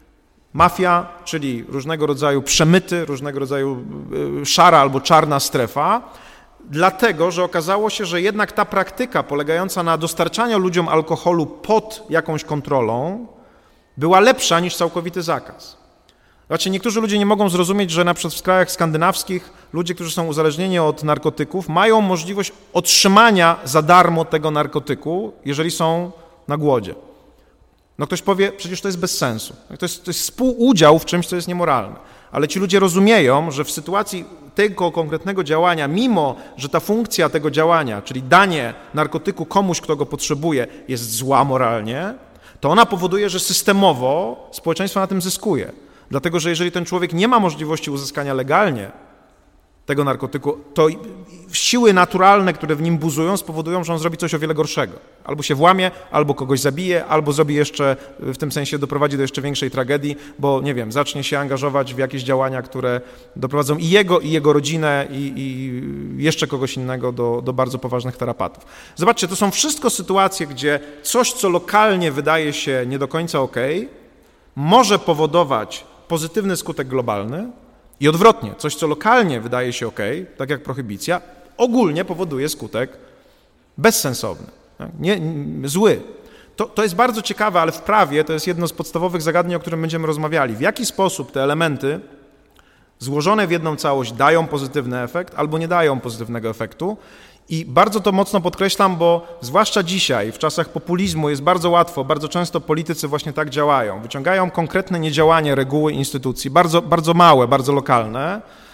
mafia, czyli różnego rodzaju przemyty, różnego rodzaju szara albo czarna strefa, dlatego że okazało się, że jednak ta praktyka polegająca na dostarczaniu ludziom alkoholu pod jakąś kontrolą była lepsza niż całkowity zakaz. Znaczy, niektórzy ludzie nie mogą zrozumieć, że na przykład w krajach skandynawskich ludzie, którzy są uzależnieni od narkotyków, mają możliwość otrzymania za darmo tego narkotyku, jeżeli są na głodzie. No ktoś powie, przecież to jest bez sensu. To jest współudział w czymś, co jest niemoralne. Ale ci ludzie rozumieją, że w sytuacji tego konkretnego działania, mimo że ta funkcja tego działania, czyli danie narkotyku komuś, kto go potrzebuje, jest zła moralnie, to ona powoduje, że systemowo społeczeństwo na tym zyskuje. Dlatego, że jeżeli ten człowiek nie ma możliwości uzyskania legalnie tego narkotyku, to siły naturalne, które w nim buzują, spowodują, że on zrobi coś o wiele gorszego. Albo się włamie, albo kogoś zabije, albo zrobi jeszcze, w tym sensie doprowadzi do jeszcze większej tragedii, bo, nie wiem, zacznie się angażować w jakieś działania, które doprowadzą i jego rodzinę, i jeszcze kogoś innego do bardzo poważnych tarapatów. Zobaczcie, to są wszystko sytuacje, gdzie coś, co lokalnie wydaje się nie do końca okej, może powodować pozytywny skutek globalny i odwrotnie, coś, co lokalnie wydaje się okej, tak jak prohibicja, ogólnie powoduje skutek bezsensowny, tak? Zły. To jest bardzo ciekawe, ale w prawie to jest jedno z podstawowych zagadnień, o którym będziemy rozmawiali. W jaki sposób te elementy złożone w jedną całość dają pozytywny efekt albo nie dają pozytywnego efektu. I bardzo to mocno podkreślam, bo zwłaszcza dzisiaj, w czasach populizmu jest bardzo łatwo, bardzo często politycy właśnie tak działają. Wyciągają konkretne niedziałanie reguły instytucji, bardzo, bardzo małe, bardzo lokalne,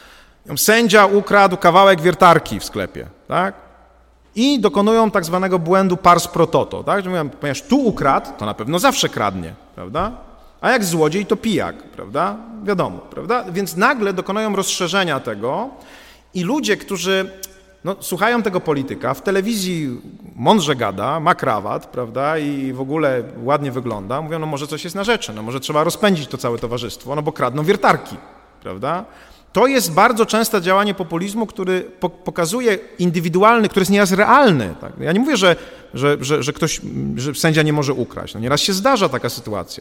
Sędzia ukradł kawałek wiertarki w sklepie, tak? I dokonują tak zwanego błędu pars pro toto, tak? Że mówią, ponieważ tu ukradł, to na pewno zawsze kradnie, prawda? A jak złodziej, to pijak, prawda? Wiadomo, prawda? Więc nagle dokonują rozszerzenia tego i ludzie, którzy słuchają tego polityka, w telewizji mądrze gada, ma krawat, prawda, i w ogóle ładnie wygląda, mówią, może coś jest na rzeczy, może trzeba rozpędzić to całe towarzystwo, bo kradną wiertarki, prawda? To jest bardzo częste działanie populizmu, który pokazuje indywidualny, który jest nieraz realny. Tak? Ja nie mówię, że sędzia nie może ukraść. Nieraz się zdarza taka sytuacja.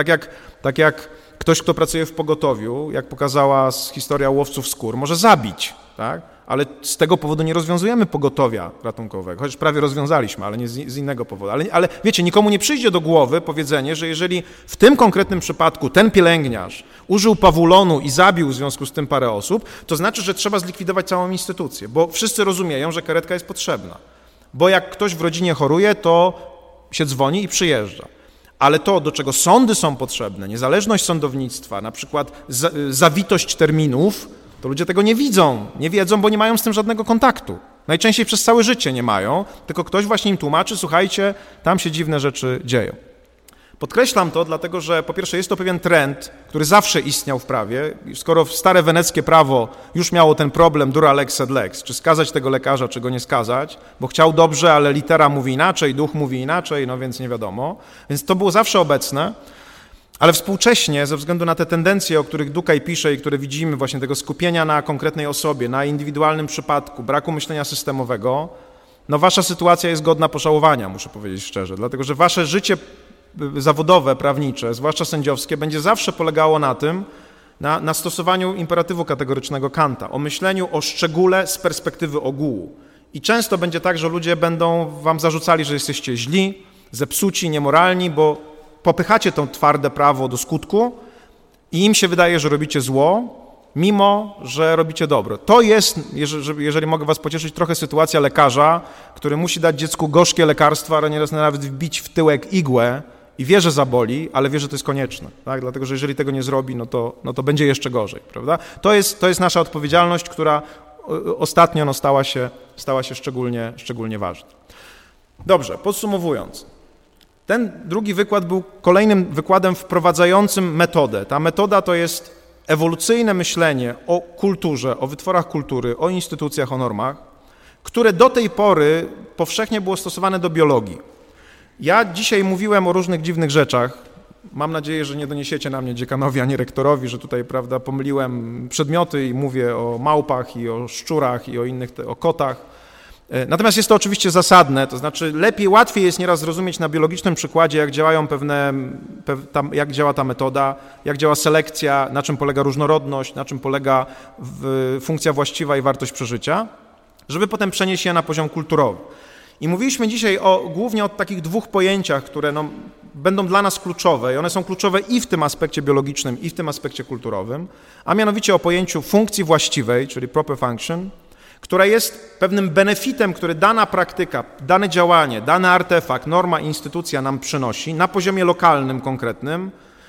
Tak jak ktoś, kto pracuje w pogotowiu, jak pokazała historia łowców skór, może zabić, tak? Ale z tego powodu nie rozwiązujemy pogotowia ratunkowego, chociaż prawie rozwiązaliśmy, ale nie z innego powodu. Ale wiecie, nikomu nie przyjdzie do głowy powiedzenie, że jeżeli w tym konkretnym przypadku ten pielęgniarz użył pawulonu i zabił w związku z tym parę osób, to znaczy, że trzeba zlikwidować całą instytucję, bo wszyscy rozumieją, że karetka jest potrzebna. Bo jak ktoś w rodzinie choruje, to się dzwoni i przyjeżdża. Ale to, do czego sądy są potrzebne, niezależność sądownictwa, na przykład zawitość terminów, to ludzie tego nie wiedzą, bo nie mają z tym żadnego kontaktu. Najczęściej przez całe życie nie mają, tylko ktoś właśnie im tłumaczy, słuchajcie, tam się dziwne rzeczy dzieją. Podkreślam to, dlatego że po pierwsze jest to pewien trend, który zawsze istniał w prawie. Skoro stare weneckie prawo już miało ten problem dura lex sed lex, czy skazać tego lekarza, czy go nie skazać, bo chciał dobrze, ale litera mówi inaczej, duch mówi inaczej, więc nie wiadomo. Więc to było zawsze obecne. Ale współcześnie, ze względu na te tendencje, o których Dukaj pisze i które widzimy, właśnie tego skupienia na konkretnej osobie, na indywidualnym przypadku, braku myślenia systemowego, wasza sytuacja jest godna pożałowania, muszę powiedzieć szczerze, dlatego że wasze życie zawodowe, prawnicze, zwłaszcza sędziowskie, będzie zawsze polegało na tym, na stosowaniu imperatywu kategorycznego Kanta, o myśleniu o szczególe z perspektywy ogółu. I często będzie tak, że ludzie będą wam zarzucali, że jesteście źli, zepsuci, niemoralni, bo popychacie to twarde prawo do skutku i im się wydaje, że robicie zło, mimo że robicie dobro. To jest, jeżeli mogę was pocieszyć, trochę sytuacja lekarza, który musi dać dziecku gorzkie lekarstwa, ale nieraz nawet wbić w tyłek igłę i wie, że zaboli, ale wie, że to jest konieczne. Tak? Dlatego, że jeżeli tego nie zrobi, to będzie jeszcze gorzej. Prawda? To jest nasza odpowiedzialność, która ostatnio stała się szczególnie ważna. Dobrze, podsumowując. Ten drugi wykład był kolejnym wykładem wprowadzającym metodę. Ta metoda to jest ewolucyjne myślenie o kulturze, o wytworach kultury, o instytucjach, o normach, które do tej pory powszechnie było stosowane do biologii. Ja dzisiaj mówiłem o różnych dziwnych rzeczach. Mam nadzieję, że nie doniesiecie na mnie dziekanowi ani rektorowi, że tutaj, prawda, pomyliłem przedmioty i mówię o małpach i o szczurach i o innych, o kotach. Natomiast jest to oczywiście zasadne, to znaczy łatwiej jest nieraz zrozumieć na biologicznym przykładzie, jak działają jak działa ta metoda, jak działa selekcja, na czym polega różnorodność, na czym polega funkcja właściwa i wartość przeżycia, żeby potem przenieść je na poziom kulturowy. I mówiliśmy dzisiaj głównie o takich dwóch pojęciach, które będą dla nas kluczowe i one są kluczowe i w tym aspekcie biologicznym, i w tym aspekcie kulturowym, a mianowicie o pojęciu funkcji właściwej, czyli proper function, która jest pewnym benefitem, który dana praktyka, dane działanie, dany artefakt, norma, instytucja nam przynosi na poziomie lokalnym, konkretnym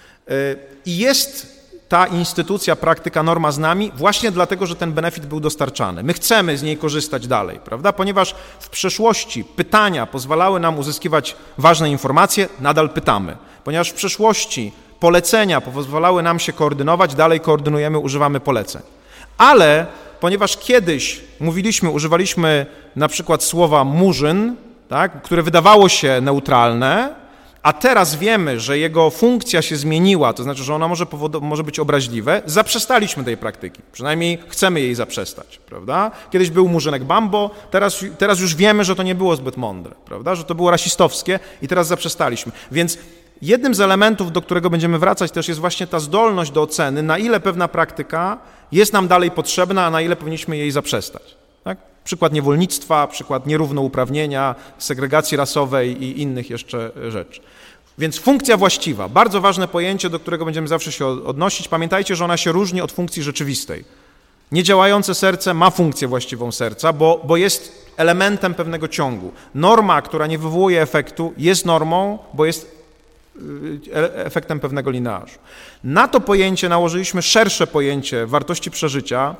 i jest ta instytucja, praktyka, norma z nami właśnie dlatego, że ten benefit był dostarczany. My chcemy z niej korzystać dalej, prawda? Ponieważ w przeszłości pytania pozwalały nam uzyskiwać ważne informacje, nadal pytamy. Ponieważ w przeszłości polecenia pozwalały nam się koordynować, dalej koordynujemy, używamy poleceń. Ale ponieważ kiedyś używaliśmy na przykład słowa murzyn, tak, które wydawało się neutralne, a teraz wiemy, że jego funkcja się zmieniła, to znaczy, że ona może być obraźliwe, zaprzestaliśmy tej praktyki. Przynajmniej chcemy jej zaprzestać, prawda? Kiedyś był murzynek Bambo, teraz już wiemy, że to nie było zbyt mądre, prawda? Że to było rasistowskie i teraz zaprzestaliśmy. Więc jednym z elementów, do którego będziemy wracać też jest właśnie ta zdolność do oceny, na ile pewna praktyka jest nam dalej potrzebna, a na ile powinniśmy jej zaprzestać. Tak? Przykład niewolnictwa, przykład nierównouprawnienia, segregacji rasowej i innych jeszcze rzeczy. Więc funkcja właściwa, bardzo ważne pojęcie, do którego będziemy zawsze się odnosić. Pamiętajcie, że ona się różni od funkcji rzeczywistej. Niedziałające serce ma funkcję właściwą serca, bo jest elementem pewnego ciągu. Norma, która nie wywołuje efektu, jest normą, bo jest efektem pewnego linearzu. Na to pojęcie nałożyliśmy szersze pojęcie wartości przeżycia,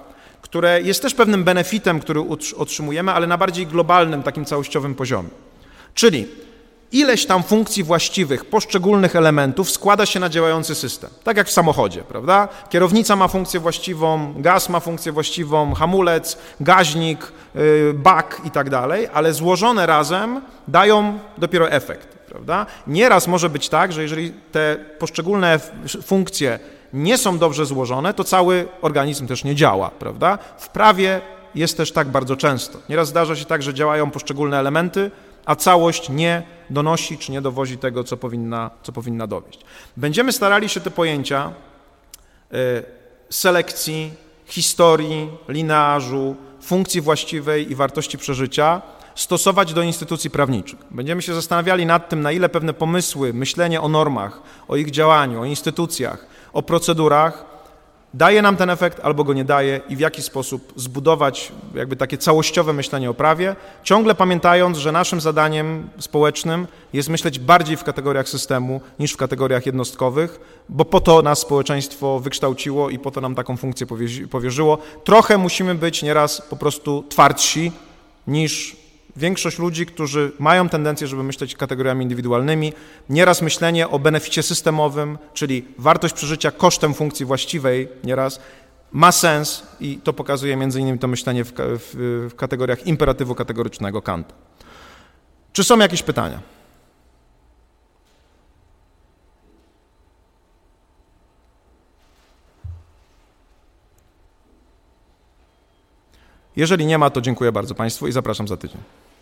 które jest też pewnym benefitem, który otrzymujemy, ale na bardziej globalnym, takim całościowym poziomie. Czyli ileś tam funkcji właściwych poszczególnych elementów składa się na działający system. Tak jak w samochodzie, prawda? Kierownica ma funkcję właściwą, gaz ma funkcję właściwą, hamulec, gaźnik, bak i tak dalej, ale złożone razem dają dopiero efekt, prawda? Nieraz może być tak, że jeżeli te poszczególne funkcje nie są dobrze złożone, to cały organizm też nie działa, prawda? W prawie jest też tak bardzo często. Nieraz zdarza się tak, że działają poszczególne elementy, a całość nie donosi czy nie dowozi tego, co powinna dowieść. Będziemy starali się te pojęcia selekcji, historii, linearzu, funkcji właściwej i wartości przeżycia stosować do instytucji prawniczych. Będziemy się zastanawiali nad tym, na ile pewne pomysły, myślenie o normach, o ich działaniu, o instytucjach, o procedurach daje nam ten efekt albo go nie daje i w jaki sposób zbudować jakby takie całościowe myślenie o prawie, ciągle pamiętając, że naszym zadaniem społecznym jest myśleć bardziej w kategoriach systemu niż w kategoriach jednostkowych, bo po to nas społeczeństwo wykształciło i po to nam taką funkcję powierzyło. Trochę musimy być nieraz po prostu twardsi niż większość ludzi, którzy mają tendencję, żeby myśleć kategoriami indywidualnymi. Nieraz myślenie o beneficie systemowym, czyli wartość przeżycia kosztem funkcji właściwej nieraz ma sens i to pokazuje między innymi to myślenie w kategoriach imperatywu kategorycznego Kanta. Czy są jakieś pytania? Jeżeli nie ma, to dziękuję bardzo Państwu i zapraszam za tydzień.